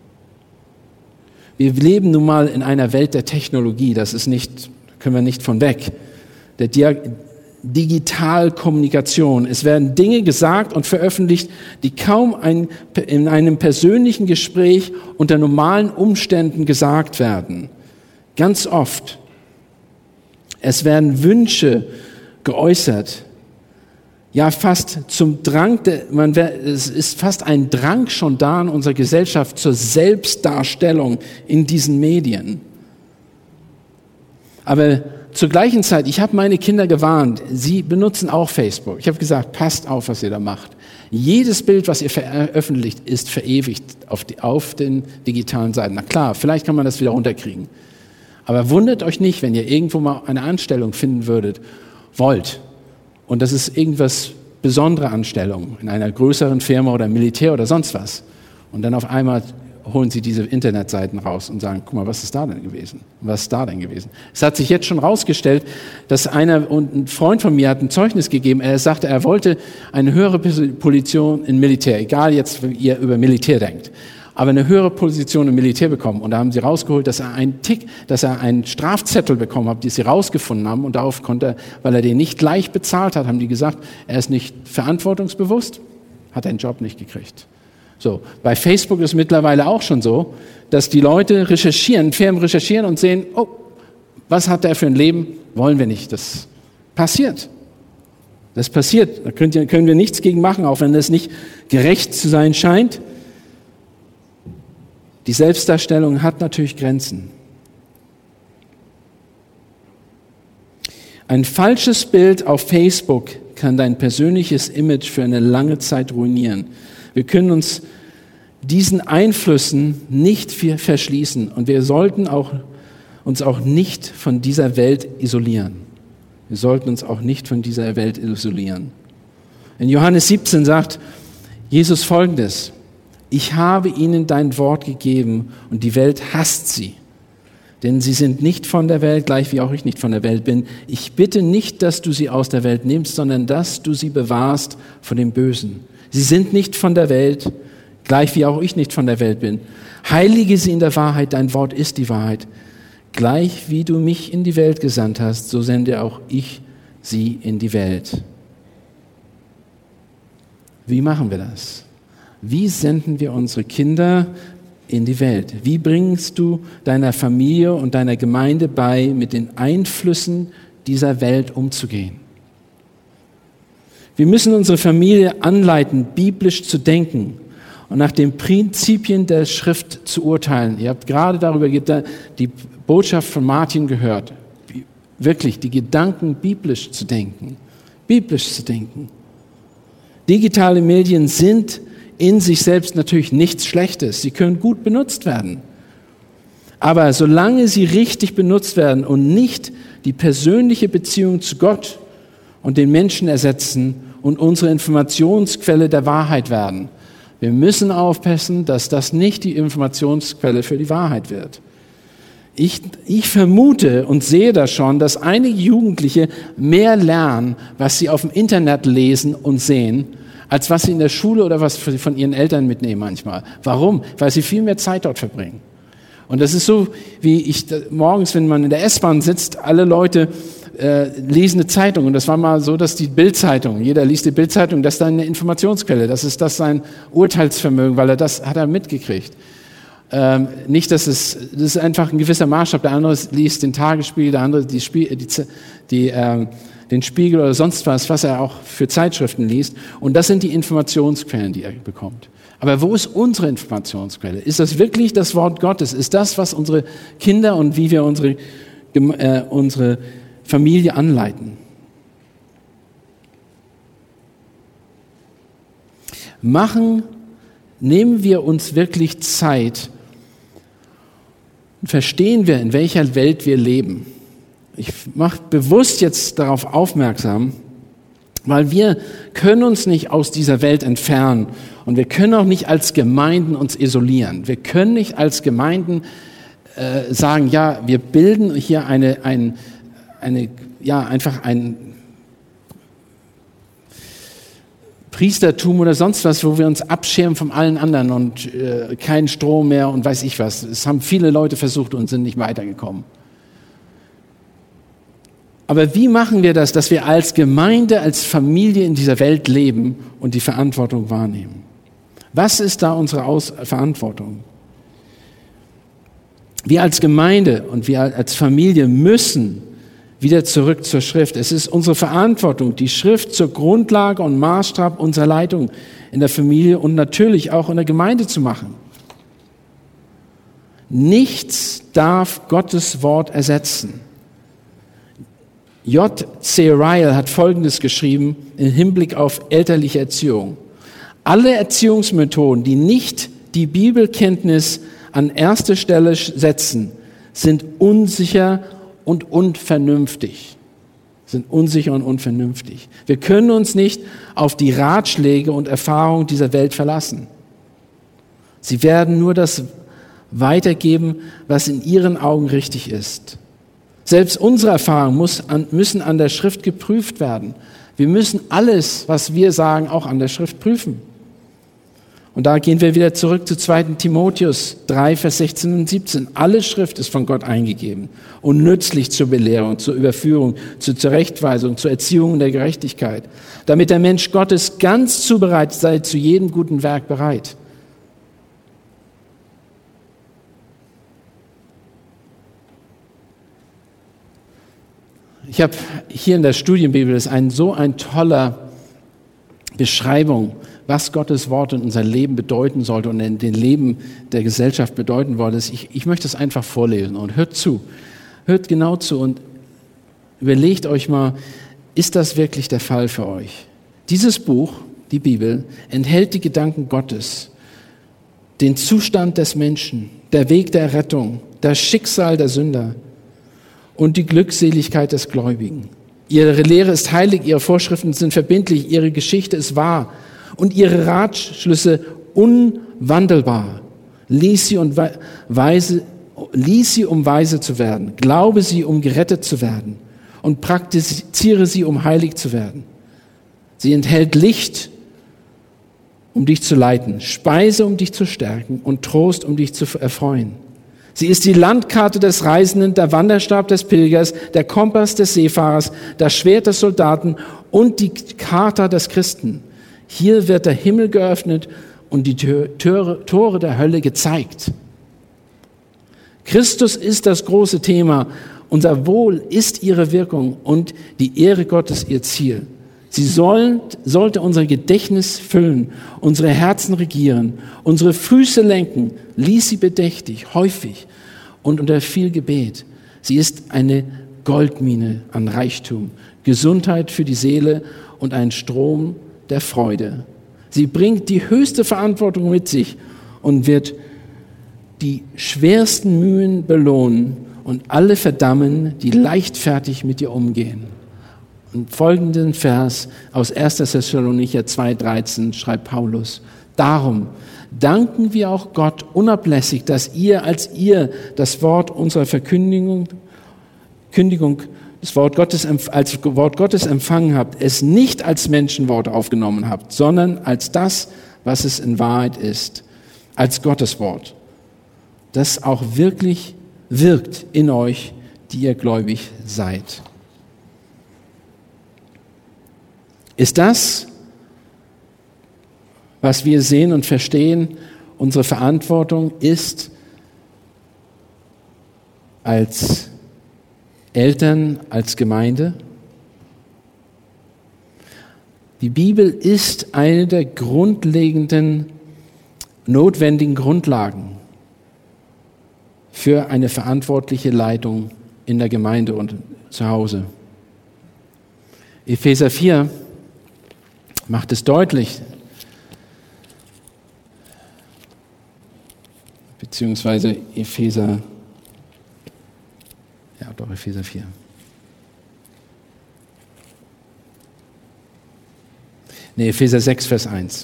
Wir leben nun mal in einer Welt der Technologie, können wir nicht von weg. Der Digitalkommunikation. Es werden Dinge gesagt und veröffentlicht, die kaum in einem persönlichen Gespräch unter normalen Umständen gesagt werden. Ganz oft. Es werden Wünsche geäußert. Ja, fast zum Drang, es ist fast ein Drang schon da in unserer Gesellschaft zur Selbstdarstellung in diesen Medien. Aber zur gleichen Zeit, ich habe meine Kinder gewarnt, sie benutzen auch Facebook. Ich habe gesagt, passt auf, was ihr da macht. Jedes Bild, was ihr veröffentlicht, ist verewigt auf den digitalen Seiten. Na klar, vielleicht kann man das wieder runterkriegen. Aber wundert euch nicht, wenn ihr irgendwo mal eine Anstellung finden wollt. Und das ist irgendwas besondere Anstellung in einer größeren Firma oder Militär oder sonst was. Und dann auf einmal holen sie diese Internetseiten raus und sagen, guck mal, was ist da denn gewesen? Was ist da denn gewesen? Es hat sich jetzt schon rausgestellt, dass ein Freund von mir hat ein Zeugnis gegeben. Er sagte, er wollte eine höhere Position im Militär, egal jetzt, wie ihr über Militär denkt, aber eine höhere Position im Militär bekommen. Und da haben sie rausgeholt, dass er einen Strafzettel bekommen hat, die sie rausgefunden haben. Und darauf weil er den nicht gleich bezahlt hat, haben die gesagt, er ist nicht verantwortungsbewusst, hat einen Job nicht gekriegt. So, bei Facebook ist mittlerweile auch schon so, dass die Leute Firmen recherchieren und sehen, oh, was hat der für ein Leben? Wollen wir nicht. Das passiert. Das passiert. Da können wir nichts gegen machen, auch wenn das nicht gerecht zu sein scheint. Die Selbstdarstellung hat natürlich Grenzen. Ein falsches Bild auf Facebook kann dein persönliches Image für eine lange Zeit ruinieren. Wir können uns diesen Einflüssen nicht verschließen und wir sollten uns auch nicht von dieser Welt isolieren. Wir sollten uns auch nicht von dieser Welt isolieren. In Johannes 17 sagt Jesus Folgendes: Ich habe ihnen dein Wort gegeben und die Welt hasst sie. Denn sie sind nicht von der Welt, gleich wie auch ich nicht von der Welt bin. Ich bitte nicht, dass du sie aus der Welt nimmst, sondern dass du sie bewahrst vor dem Bösen. Sie sind nicht von der Welt, gleich wie auch ich nicht von der Welt bin. Heilige sie in der Wahrheit, dein Wort ist die Wahrheit. Gleich wie du mich in die Welt gesandt hast, so sende auch ich sie in die Welt. Wie machen wir das? Wie senden wir unsere Kinder in die Welt? Wie bringst du deiner Familie und deiner Gemeinde bei, mit den Einflüssen dieser Welt umzugehen? Wir müssen unsere Familie anleiten, biblisch zu denken und nach den Prinzipien der Schrift zu urteilen. Ihr habt gerade darüber die Botschaft von Martin gehört. Wirklich, die Gedanken biblisch zu denken. Biblisch zu denken. Digitale Medien sind in sich selbst natürlich nichts Schlechtes. Sie können gut benutzt werden. Aber solange sie richtig benutzt werden und nicht die persönliche Beziehung zu Gott und den Menschen ersetzen und unsere Informationsquelle der Wahrheit werden. Wir müssen aufpassen, dass das nicht die Informationsquelle für die Wahrheit wird. Ich vermute und sehe das schon, dass einige Jugendliche mehr lernen, was sie auf dem Internet lesen und sehen, als was sie in der Schule oder was sie von ihren Eltern mitnehmen manchmal. Warum? Weil sie viel mehr Zeit dort verbringen. Und das ist so, wie morgens, wenn man in der S-Bahn sitzt, alle Leute lesen eine Zeitung. Und das war mal so, dass die Bild-Zeitung, jeder liest die Bild-Zeitung, das ist dann eine Informationsquelle. Das ist sein Urteilsvermögen, weil das hat er mitgekriegt. Nicht, das ist einfach ein gewisser Maßstab. Der andere liest den Tagesspiegel, der andere den Spiegel oder sonst was er auch für Zeitschriften liest. Und das sind die Informationsquellen, die er bekommt. Aber wo ist unsere Informationsquelle? Ist das wirklich das Wort Gottes? Ist das, was unsere Kinder und wie wir unsere Familie anleiten? Nehmen wir uns wirklich Zeit und verstehen wir, in welcher Welt wir leben. Ich mache bewusst jetzt darauf aufmerksam, Weil wir können uns nicht aus dieser Welt entfernen und wir können auch nicht als Gemeinden uns isolieren. Wir können nicht als Gemeinden sagen, ja, wir bilden hier einfach ein Priestertum oder sonst was, wo wir uns abschirmen von allen anderen und keinen Strom mehr und weiß ich was. Es haben viele Leute versucht und sind nicht weitergekommen. Aber wie machen wir das, dass wir als Gemeinde, als Familie in dieser Welt leben und die Verantwortung wahrnehmen? Was ist da unsere Verantwortung? Wir als Gemeinde und wir als Familie müssen wieder zurück zur Schrift. Es ist unsere Verantwortung, die Schrift zur Grundlage und Maßstab unserer Leitung in der Familie und natürlich auch in der Gemeinde zu machen. Nichts darf Gottes Wort ersetzen. J.C. Ryle hat Folgendes geschrieben im Hinblick auf elterliche Erziehung. Alle Erziehungsmethoden, die nicht die Bibelkenntnis an erste Stelle setzen, sind unsicher und unvernünftig. Wir können uns nicht auf die Ratschläge und Erfahrungen dieser Welt verlassen. Sie werden nur das weitergeben, was in ihren Augen richtig ist. Selbst unsere Erfahrungen müssen an der Schrift geprüft werden. Wir müssen alles, was wir sagen, auch an der Schrift prüfen. Und da gehen wir wieder zurück zu 2. Timotheus 3, Vers 16 und 17. Alle Schrift ist von Gott eingegeben und nützlich zur Belehrung, zur Überführung, zur Zurechtweisung, zur Erziehung der Gerechtigkeit, damit der Mensch Gottes ganz zubereitet sei, zu jedem guten Werk bereit. Ich habe hier in der Studienbibel ist so ein toller Beschreibung, was Gottes Wort in unser Leben bedeuten sollte und in dem Leben der Gesellschaft bedeuten wollte. Ich möchte es einfach vorlesen und hört zu. Hört genau zu und überlegt euch mal, ist das wirklich der Fall für euch? Dieses Buch, die Bibel, enthält die Gedanken Gottes, den Zustand des Menschen, der Weg der Rettung, das Schicksal der Sünder und die Glückseligkeit des Gläubigen. Ihre Lehre ist heilig, ihre Vorschriften sind verbindlich, ihre Geschichte ist wahr und ihre Ratschlüsse unwandelbar. Lies sie, um weise zu werden. Glaube sie, um gerettet zu werden. Und praktiziere sie, um heilig zu werden. Sie enthält Licht, um dich zu leiten, Speise, um dich zu stärken und Trost, um dich zu erfreuen. Sie ist die Landkarte des Reisenden, der Wanderstab des Pilgers, der Kompass des Seefahrers, das Schwert des Soldaten und die Charta des Christen. Hier wird der Himmel geöffnet und die Tore der Hölle gezeigt. Christus ist das große Thema. Unser Wohl ist ihre Wirkung und die Ehre Gottes ihr Ziel. Sie sollte unser Gedächtnis füllen, unsere Herzen regieren, unsere Füße lenken. Lies sie bedächtig, häufig und unter viel Gebet. Sie ist eine Goldmine an Reichtum, Gesundheit für die Seele und ein Strom der Freude. Sie bringt die höchste Verantwortung mit sich und wird die schwersten Mühen belohnen und alle verdammen, die leichtfertig mit ihr umgehen. Und folgenden Vers aus 1. Thessalonicher 2,13 schreibt Paulus: Darum danken wir auch Gott unablässig, dass ihr, als ihr das Wort unserer Verkündigung, das Wort Gottes als Wort Gottes empfangen habt, es nicht als Menschenwort aufgenommen habt, sondern als das, was es in Wahrheit ist, als Gottes Wort, das auch wirklich wirkt in euch, die ihr gläubig seid. Ist das, was wir sehen und verstehen, unsere Verantwortung ist, als Eltern, als Gemeinde? Die Bibel ist eine der grundlegenden, notwendigen Grundlagen für eine verantwortliche Leitung in der Gemeinde und zu Hause. Epheser 4 macht es deutlich, beziehungsweise Epheser 4. Epheser 6, Vers 1.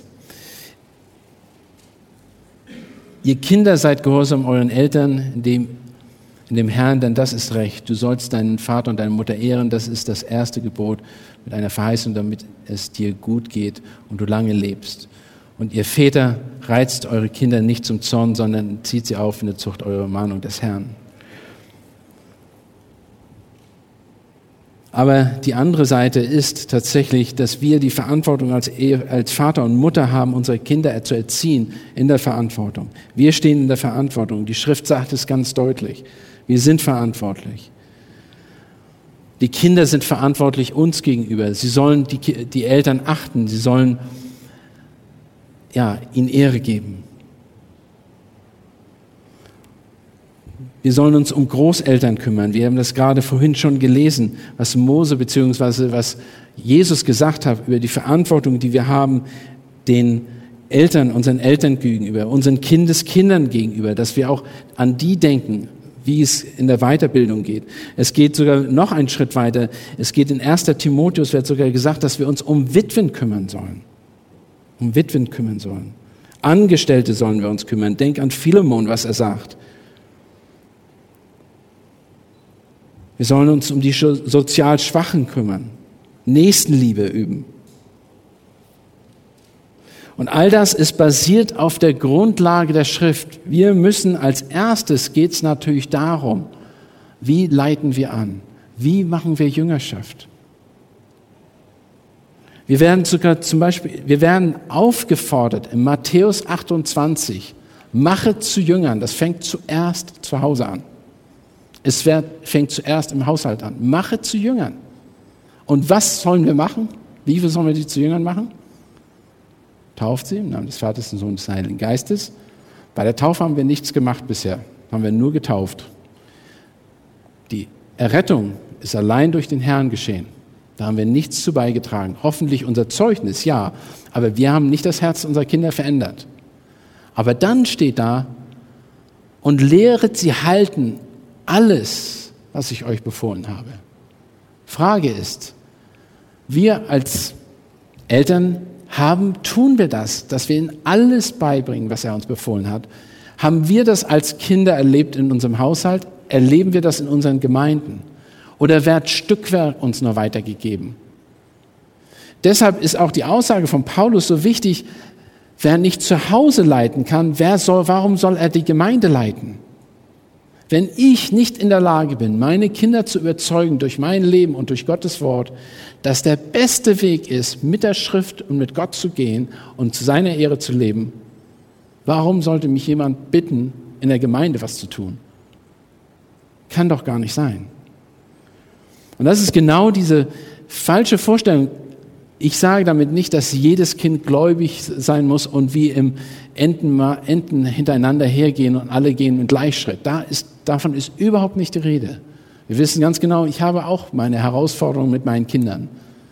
Ihr Kinder seid gehorsam euren Eltern in dem Herrn, denn das ist Recht. Du sollst deinen Vater und deine Mutter ehren, das ist das erste Gebot mit einer Verheißung, damit es dir gut geht und du lange lebst. Und ihr Väter, reizt eure Kinder nicht zum Zorn, sondern zieht sie auf in der Zucht eurer Mahnung des Herrn. Aber die andere Seite ist tatsächlich, dass wir die Verantwortung als Vater und Mutter haben, unsere Kinder zu erziehen in der Verantwortung. Wir stehen in der Verantwortung. Die Schrift sagt es ganz deutlich. Wir sind verantwortlich. Die Kinder sind verantwortlich uns gegenüber. Sie sollen die Eltern achten. Sie sollen ihnen Ehre geben. Wir sollen uns um Großeltern kümmern. Wir haben das gerade vorhin schon gelesen, was Mose bzw. was Jesus gesagt hat über die Verantwortung, die wir haben, den Eltern, unseren Eltern gegenüber, unseren Kindeskindern gegenüber, dass wir auch an die denken, wie es in der Weiterbildung geht. Es geht sogar noch einen Schritt weiter. Es geht in 1. Timotheus, wird sogar gesagt, dass wir uns um Witwen kümmern sollen. Um Witwen kümmern sollen. Angestellte sollen wir uns kümmern. Denk an Philemon, was er sagt. Wir sollen uns um die sozial Schwachen kümmern, Nächstenliebe üben. Und all das ist basiert auf der Grundlage der Schrift. Wir müssen als erstes, geht es natürlich darum, wie leiten wir an? Wie machen wir Jüngerschaft? Wir werden aufgefordert in Matthäus 28, mache zu Jüngern, das fängt zuerst zu Hause an. Es fängt zuerst im Haushalt an. Mache zu Jüngern. Und was sollen wir machen? Wie viel sollen wir die zu Jüngern machen? Tauft sie im Namen des Vaters und Sohnes und des Heiligen Geistes. Bei der Taufe haben wir nichts gemacht bisher. Haben wir nur getauft. Die Errettung ist allein durch den Herrn geschehen. Da haben wir nichts zu beigetragen. Hoffentlich unser Zeugnis, ja. Aber wir haben nicht das Herz unserer Kinder verändert. Aber dann steht da, und lehret sie halten alles, was ich euch befohlen habe. Frage ist, wir als Eltern tun wir das, dass wir ihnen alles beibringen, was er uns befohlen hat? Haben wir das als Kinder erlebt in unserem Haushalt? Erleben wir das in unseren Gemeinden? Oder wird Stückwerk uns nur weitergegeben? Deshalb ist auch die Aussage von Paulus so wichtig, wer nicht zu Hause leiten kann, warum soll er die Gemeinde leiten? Wenn ich nicht in der Lage bin, meine Kinder zu überzeugen durch mein Leben und durch Gottes Wort, dass der beste Weg ist, mit der Schrift und mit Gott zu gehen und zu seiner Ehre zu leben, warum sollte mich jemand bitten, in der Gemeinde was zu tun? Kann doch gar nicht sein. Und das ist genau diese falsche Vorstellung. Ich sage damit nicht, dass jedes Kind gläubig sein muss und wie im Enten hintereinander hergehen und alle gehen im Gleichschritt. Davon ist überhaupt nicht die Rede. Wir wissen ganz genau, ich habe auch meine Herausforderungen mit meinen Kindern.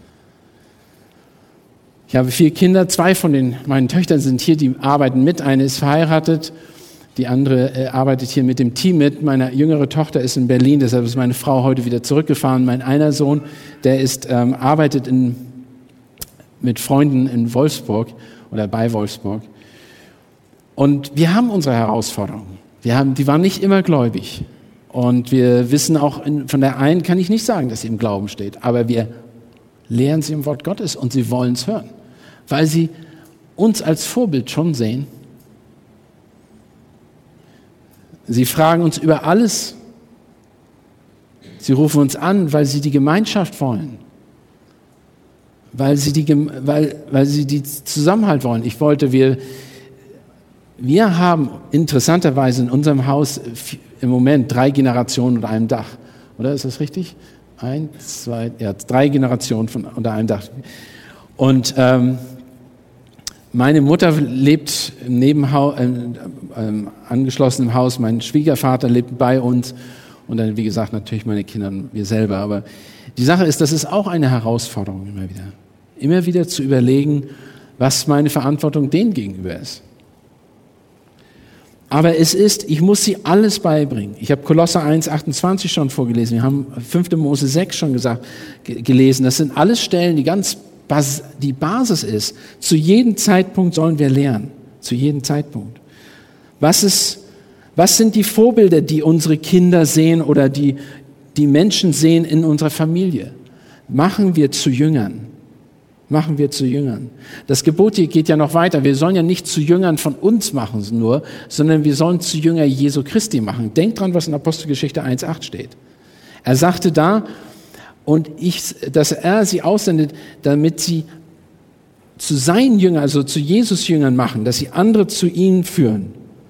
Ich habe 4 Kinder, 2 von meinen Töchtern sind hier, die arbeiten mit. Eine ist verheiratet, die andere arbeitet hier mit dem Team mit. Meine jüngere Tochter ist in Berlin, deshalb ist meine Frau heute wieder zurückgefahren. Mein einer Sohn, der arbeitet mit Freunden in Wolfsburg oder bei Wolfsburg. Und wir haben unsere Herausforderungen. Die waren nicht immer gläubig. Und wir wissen auch, von der einen kann ich nicht sagen, dass sie im Glauben steht. Aber wir lehren sie im Wort Gottes und sie wollen es hören. Weil sie uns als Vorbild schon sehen. Sie fragen uns über alles. Sie rufen uns an, weil sie die Gemeinschaft wollen. Weil sie die Zusammenhalt wollen. Wir haben interessanterweise in unserem Haus im Moment 3 Generationen unter einem Dach. Oder ist das richtig? 3 Generationen unter einem Dach. Und meine Mutter lebt im Nebenhaus, angeschlossen im Haus. Mein Schwiegervater lebt bei uns. Und dann, wie gesagt, natürlich meine Kinder und wir selber. Aber die Sache ist, das ist auch eine Herausforderung immer wieder. Immer wieder zu überlegen, was meine Verantwortung denen gegenüber ist. Aber ich muss sie alles beibringen. Ich habe Kolosser 1,28 schon vorgelesen. Wir haben 5. Mose 6 schon gelesen. Das sind alles Stellen, die ganz die Basis ist. Zu jedem Zeitpunkt sollen wir lernen. Zu jedem Zeitpunkt. Was sind die Vorbilder, die unsere Kinder sehen oder die Menschen sehen in unserer Familie? Machen wir zu Jüngern. Machen wir zu Jüngern. Das Gebot hier geht ja noch weiter. Wir sollen ja nicht zu Jüngern von uns machen nur, sondern wir sollen zu Jünger Jesu Christi machen. Denkt dran, was in Apostelgeschichte 1,8 steht. Er sagte da, dass er sie aussendet, damit sie zu seinen Jüngern, also zu Jesus Jüngern machen, dass sie andere zu ihnen führen.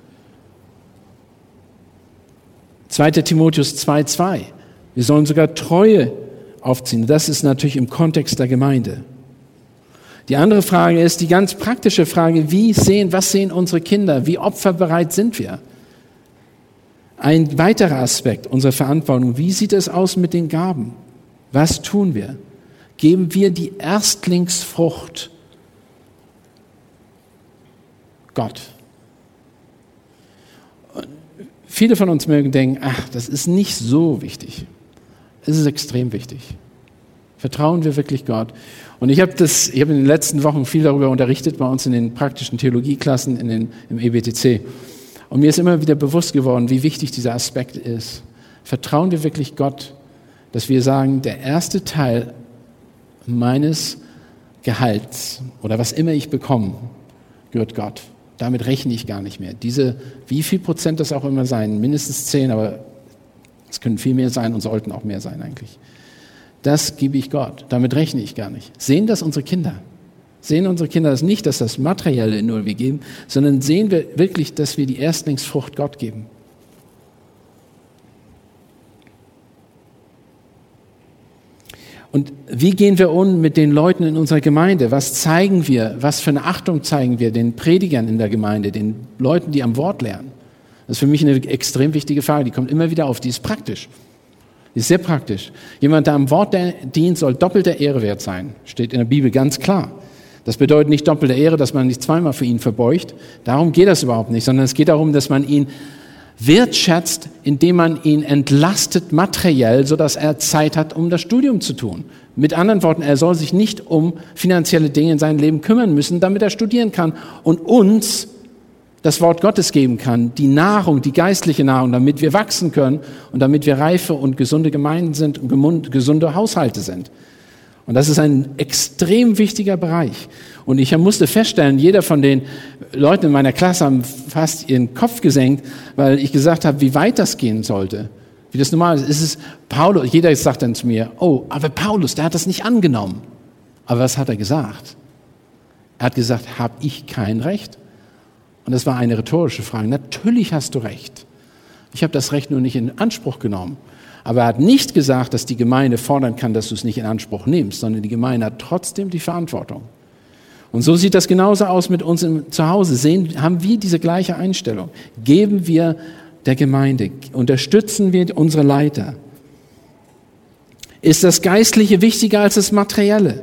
2. Timotheus 2,2. Wir sollen sogar Treue aufziehen. Das ist natürlich im Kontext der Gemeinde. Die andere Frage ist die ganz praktische Frage, was sehen unsere Kinder? Wie opferbereit sind wir? Ein weiterer Aspekt unserer Verantwortung, wie sieht es aus mit den Gaben? Was tun wir? Geben wir die Erstlingsfrucht Gott? Und viele von uns mögen denken, das ist nicht so wichtig. Es ist extrem wichtig. Vertrauen wir wirklich Gott? Und ich habe in den letzten Wochen viel darüber unterrichtet, bei uns in den praktischen Theologieklassen im EBTC. Und mir ist immer wieder bewusst geworden, wie wichtig dieser Aspekt ist. Vertrauen wir wirklich Gott, dass wir sagen, der erste Teil meines Gehalts oder was immer ich bekomme, gehört Gott. Damit rechne ich gar nicht mehr. Wie viel Prozent das auch immer sein, mindestens 10, aber es können viel mehr sein und sollten auch mehr sein eigentlich. Das gebe ich Gott. Damit rechne ich gar nicht. Sehen das unsere Kinder? Sehen unsere Kinder das nicht, dass das Materielle nur wir geben, sondern sehen wir wirklich, dass wir die Erstlingsfrucht Gott geben? Und wie gehen wir um mit den Leuten in unserer Gemeinde? Was zeigen wir? Was für eine Achtung zeigen wir den Predigern in der Gemeinde, den Leuten, die am Wort lernen? Das ist für mich eine extrem wichtige Frage. Die kommt immer wieder auf. Die ist praktisch. Die ist sehr praktisch. Jemand, der am Wort dient, soll doppelte Ehre wert sein. Steht in der Bibel ganz klar. Das bedeutet nicht doppelte Ehre, dass man nicht zweimal für ihn verbeugt. Darum geht das überhaupt nicht, sondern es geht darum, dass man ihn wertschätzt, indem man ihn entlastet materiell, sodass er Zeit hat, um das Studium zu tun. Mit anderen Worten, er soll sich nicht um finanzielle Dinge in seinem Leben kümmern müssen, damit er studieren kann und uns das Wort Gottes geben kann, die Nahrung, die geistliche Nahrung, damit wir wachsen können und damit wir reife und gesunde Gemeinden sind und gesunde Haushalte sind. Und das ist ein extrem wichtiger Bereich. Und ich musste feststellen, jeder von den Leuten in meiner Klasse haben fast ihren Kopf gesenkt, weil ich gesagt habe, wie weit das gehen sollte. Wie das normal ist. Es Paulus, jeder sagt dann zu mir, aber Paulus, der hat das nicht angenommen. Aber was hat er gesagt? Er hat gesagt, habe ich kein Recht? Und das war eine rhetorische Frage. Natürlich hast du recht. Ich habe das Recht nur nicht in Anspruch genommen. Aber er hat nicht gesagt, dass die Gemeinde fordern kann, dass du es nicht in Anspruch nimmst, sondern die Gemeinde hat trotzdem die Verantwortung. Und so sieht das genauso aus mit uns zu Hause. Haben wir diese gleiche Einstellung? Geben wir der Gemeinde, unterstützen wir unsere Leiter? Ist das Geistliche wichtiger als das Materielle?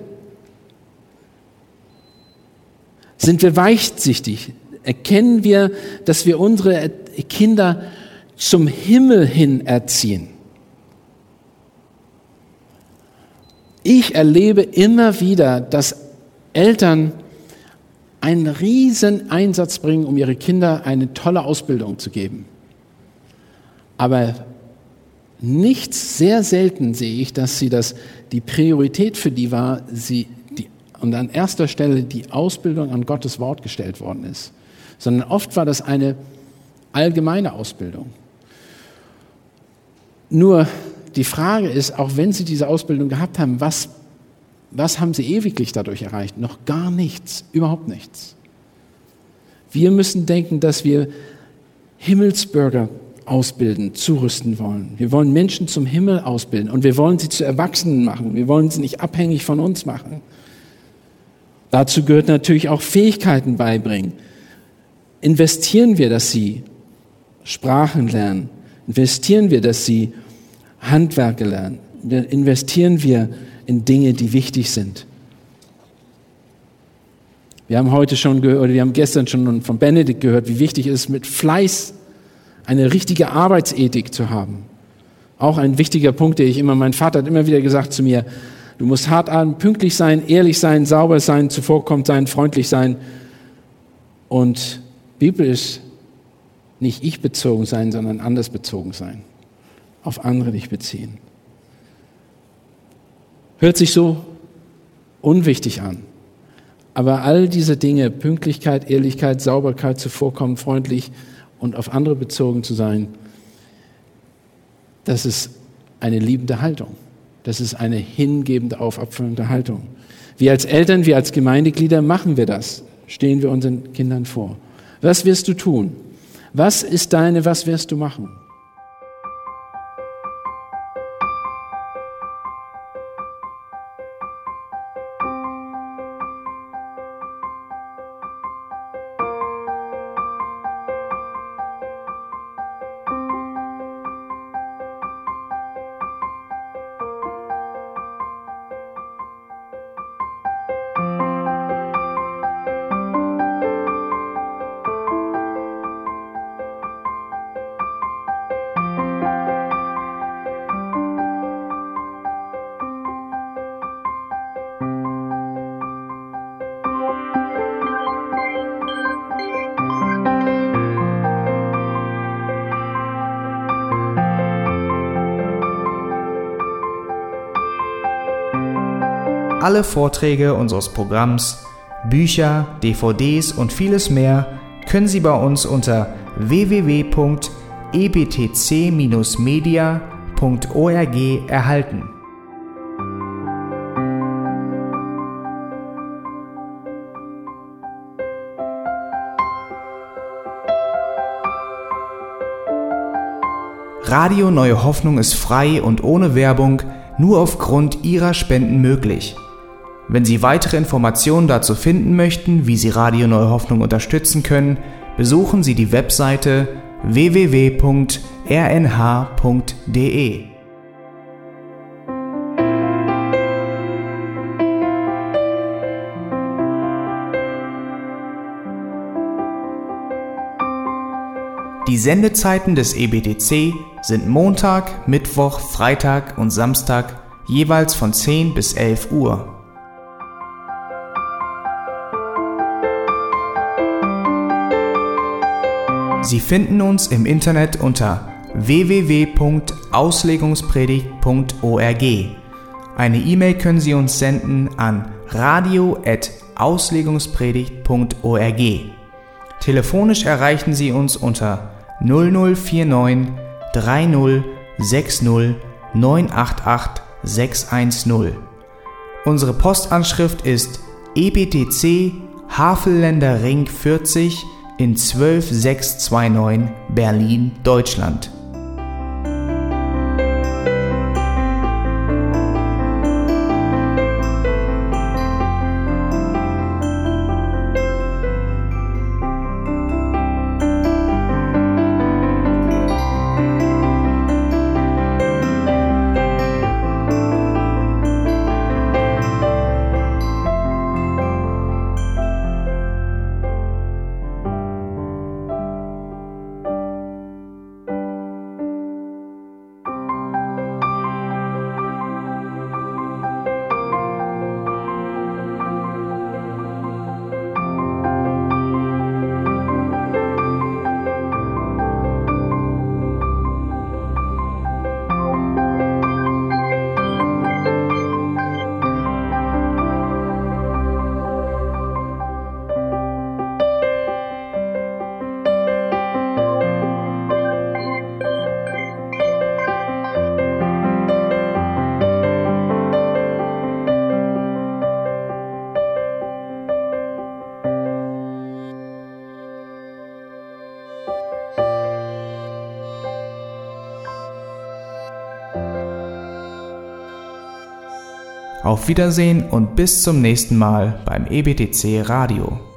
Sind wir weitsichtig? Erkennen wir, dass wir unsere Kinder zum Himmel hin erziehen? Ich erlebe immer wieder, dass Eltern einen riesen Einsatz bringen, um ihre Kinder eine tolle Ausbildung zu geben. Aber sehr selten sehe ich, dass die Priorität für die war, und an erster Stelle die Ausbildung an Gottes Wort gestellt worden ist. Sondern oft war das eine allgemeine Ausbildung. Nur die Frage ist, auch wenn sie diese Ausbildung gehabt haben, was haben sie ewiglich dadurch erreicht? Noch gar nichts, überhaupt nichts. Wir müssen denken, dass wir Himmelsbürger ausbilden, zurüsten wollen. Wir wollen Menschen zum Himmel ausbilden und wir wollen sie zu Erwachsenen machen. Wir wollen sie nicht abhängig von uns machen. Dazu gehört natürlich auch Fähigkeiten beibringen. Investieren wir, dass sie Sprachen lernen? Investieren wir, dass sie Handwerke lernen? Investieren wir in Dinge, die wichtig sind? Wir haben gestern schon von Benedikt gehört, wie wichtig es ist, mit Fleiß eine richtige Arbeitsethik zu haben. Auch ein wichtiger Punkt, mein Vater hat immer wieder gesagt zu mir, Du musst hart arbeiten, pünktlich sein, ehrlich sein, sauber sein, zuvorkommend sein, freundlich sein. Und Bibel ist nicht ich bezogen sein, sondern anders bezogen sein. Auf andere dich beziehen. Hört sich so unwichtig an. Aber all diese Dinge, Pünktlichkeit, Ehrlichkeit, Sauberkeit, zuvorkommen, freundlich und auf andere bezogen zu sein, das ist eine liebende Haltung. Das ist eine hingebende, aufopfernde Haltung. Wir als Eltern, wir als Gemeindeglieder machen wir das. Stehen wir unseren Kindern vor. Was wirst du tun? Was wirst du machen? Alle Vorträge unseres Programms, Bücher, DVDs und vieles mehr können Sie bei uns unter www.ebtc-media.org erhalten. Radio Neue Hoffnung ist frei und ohne Werbung nur aufgrund Ihrer Spenden möglich. Wenn Sie weitere Informationen dazu finden möchten, wie Sie Radio Neue Hoffnung unterstützen können, besuchen Sie die Webseite www.rnh.de. Die Sendezeiten des EBTC sind Montag, Mittwoch, Freitag und Samstag jeweils von 10 bis 11 Uhr. Sie finden uns im Internet unter www.auslegungspredigt.org. Eine E-Mail können Sie uns senden an radio@auslegungspredigt.org. Telefonisch erreichen Sie uns unter 0049 30 60 988 610. Unsere Postanschrift ist EBTC Havelländer Ring 40 in 12629 Berlin, Deutschland. Auf Wiedersehen und bis zum nächsten Mal beim EBTC Radio.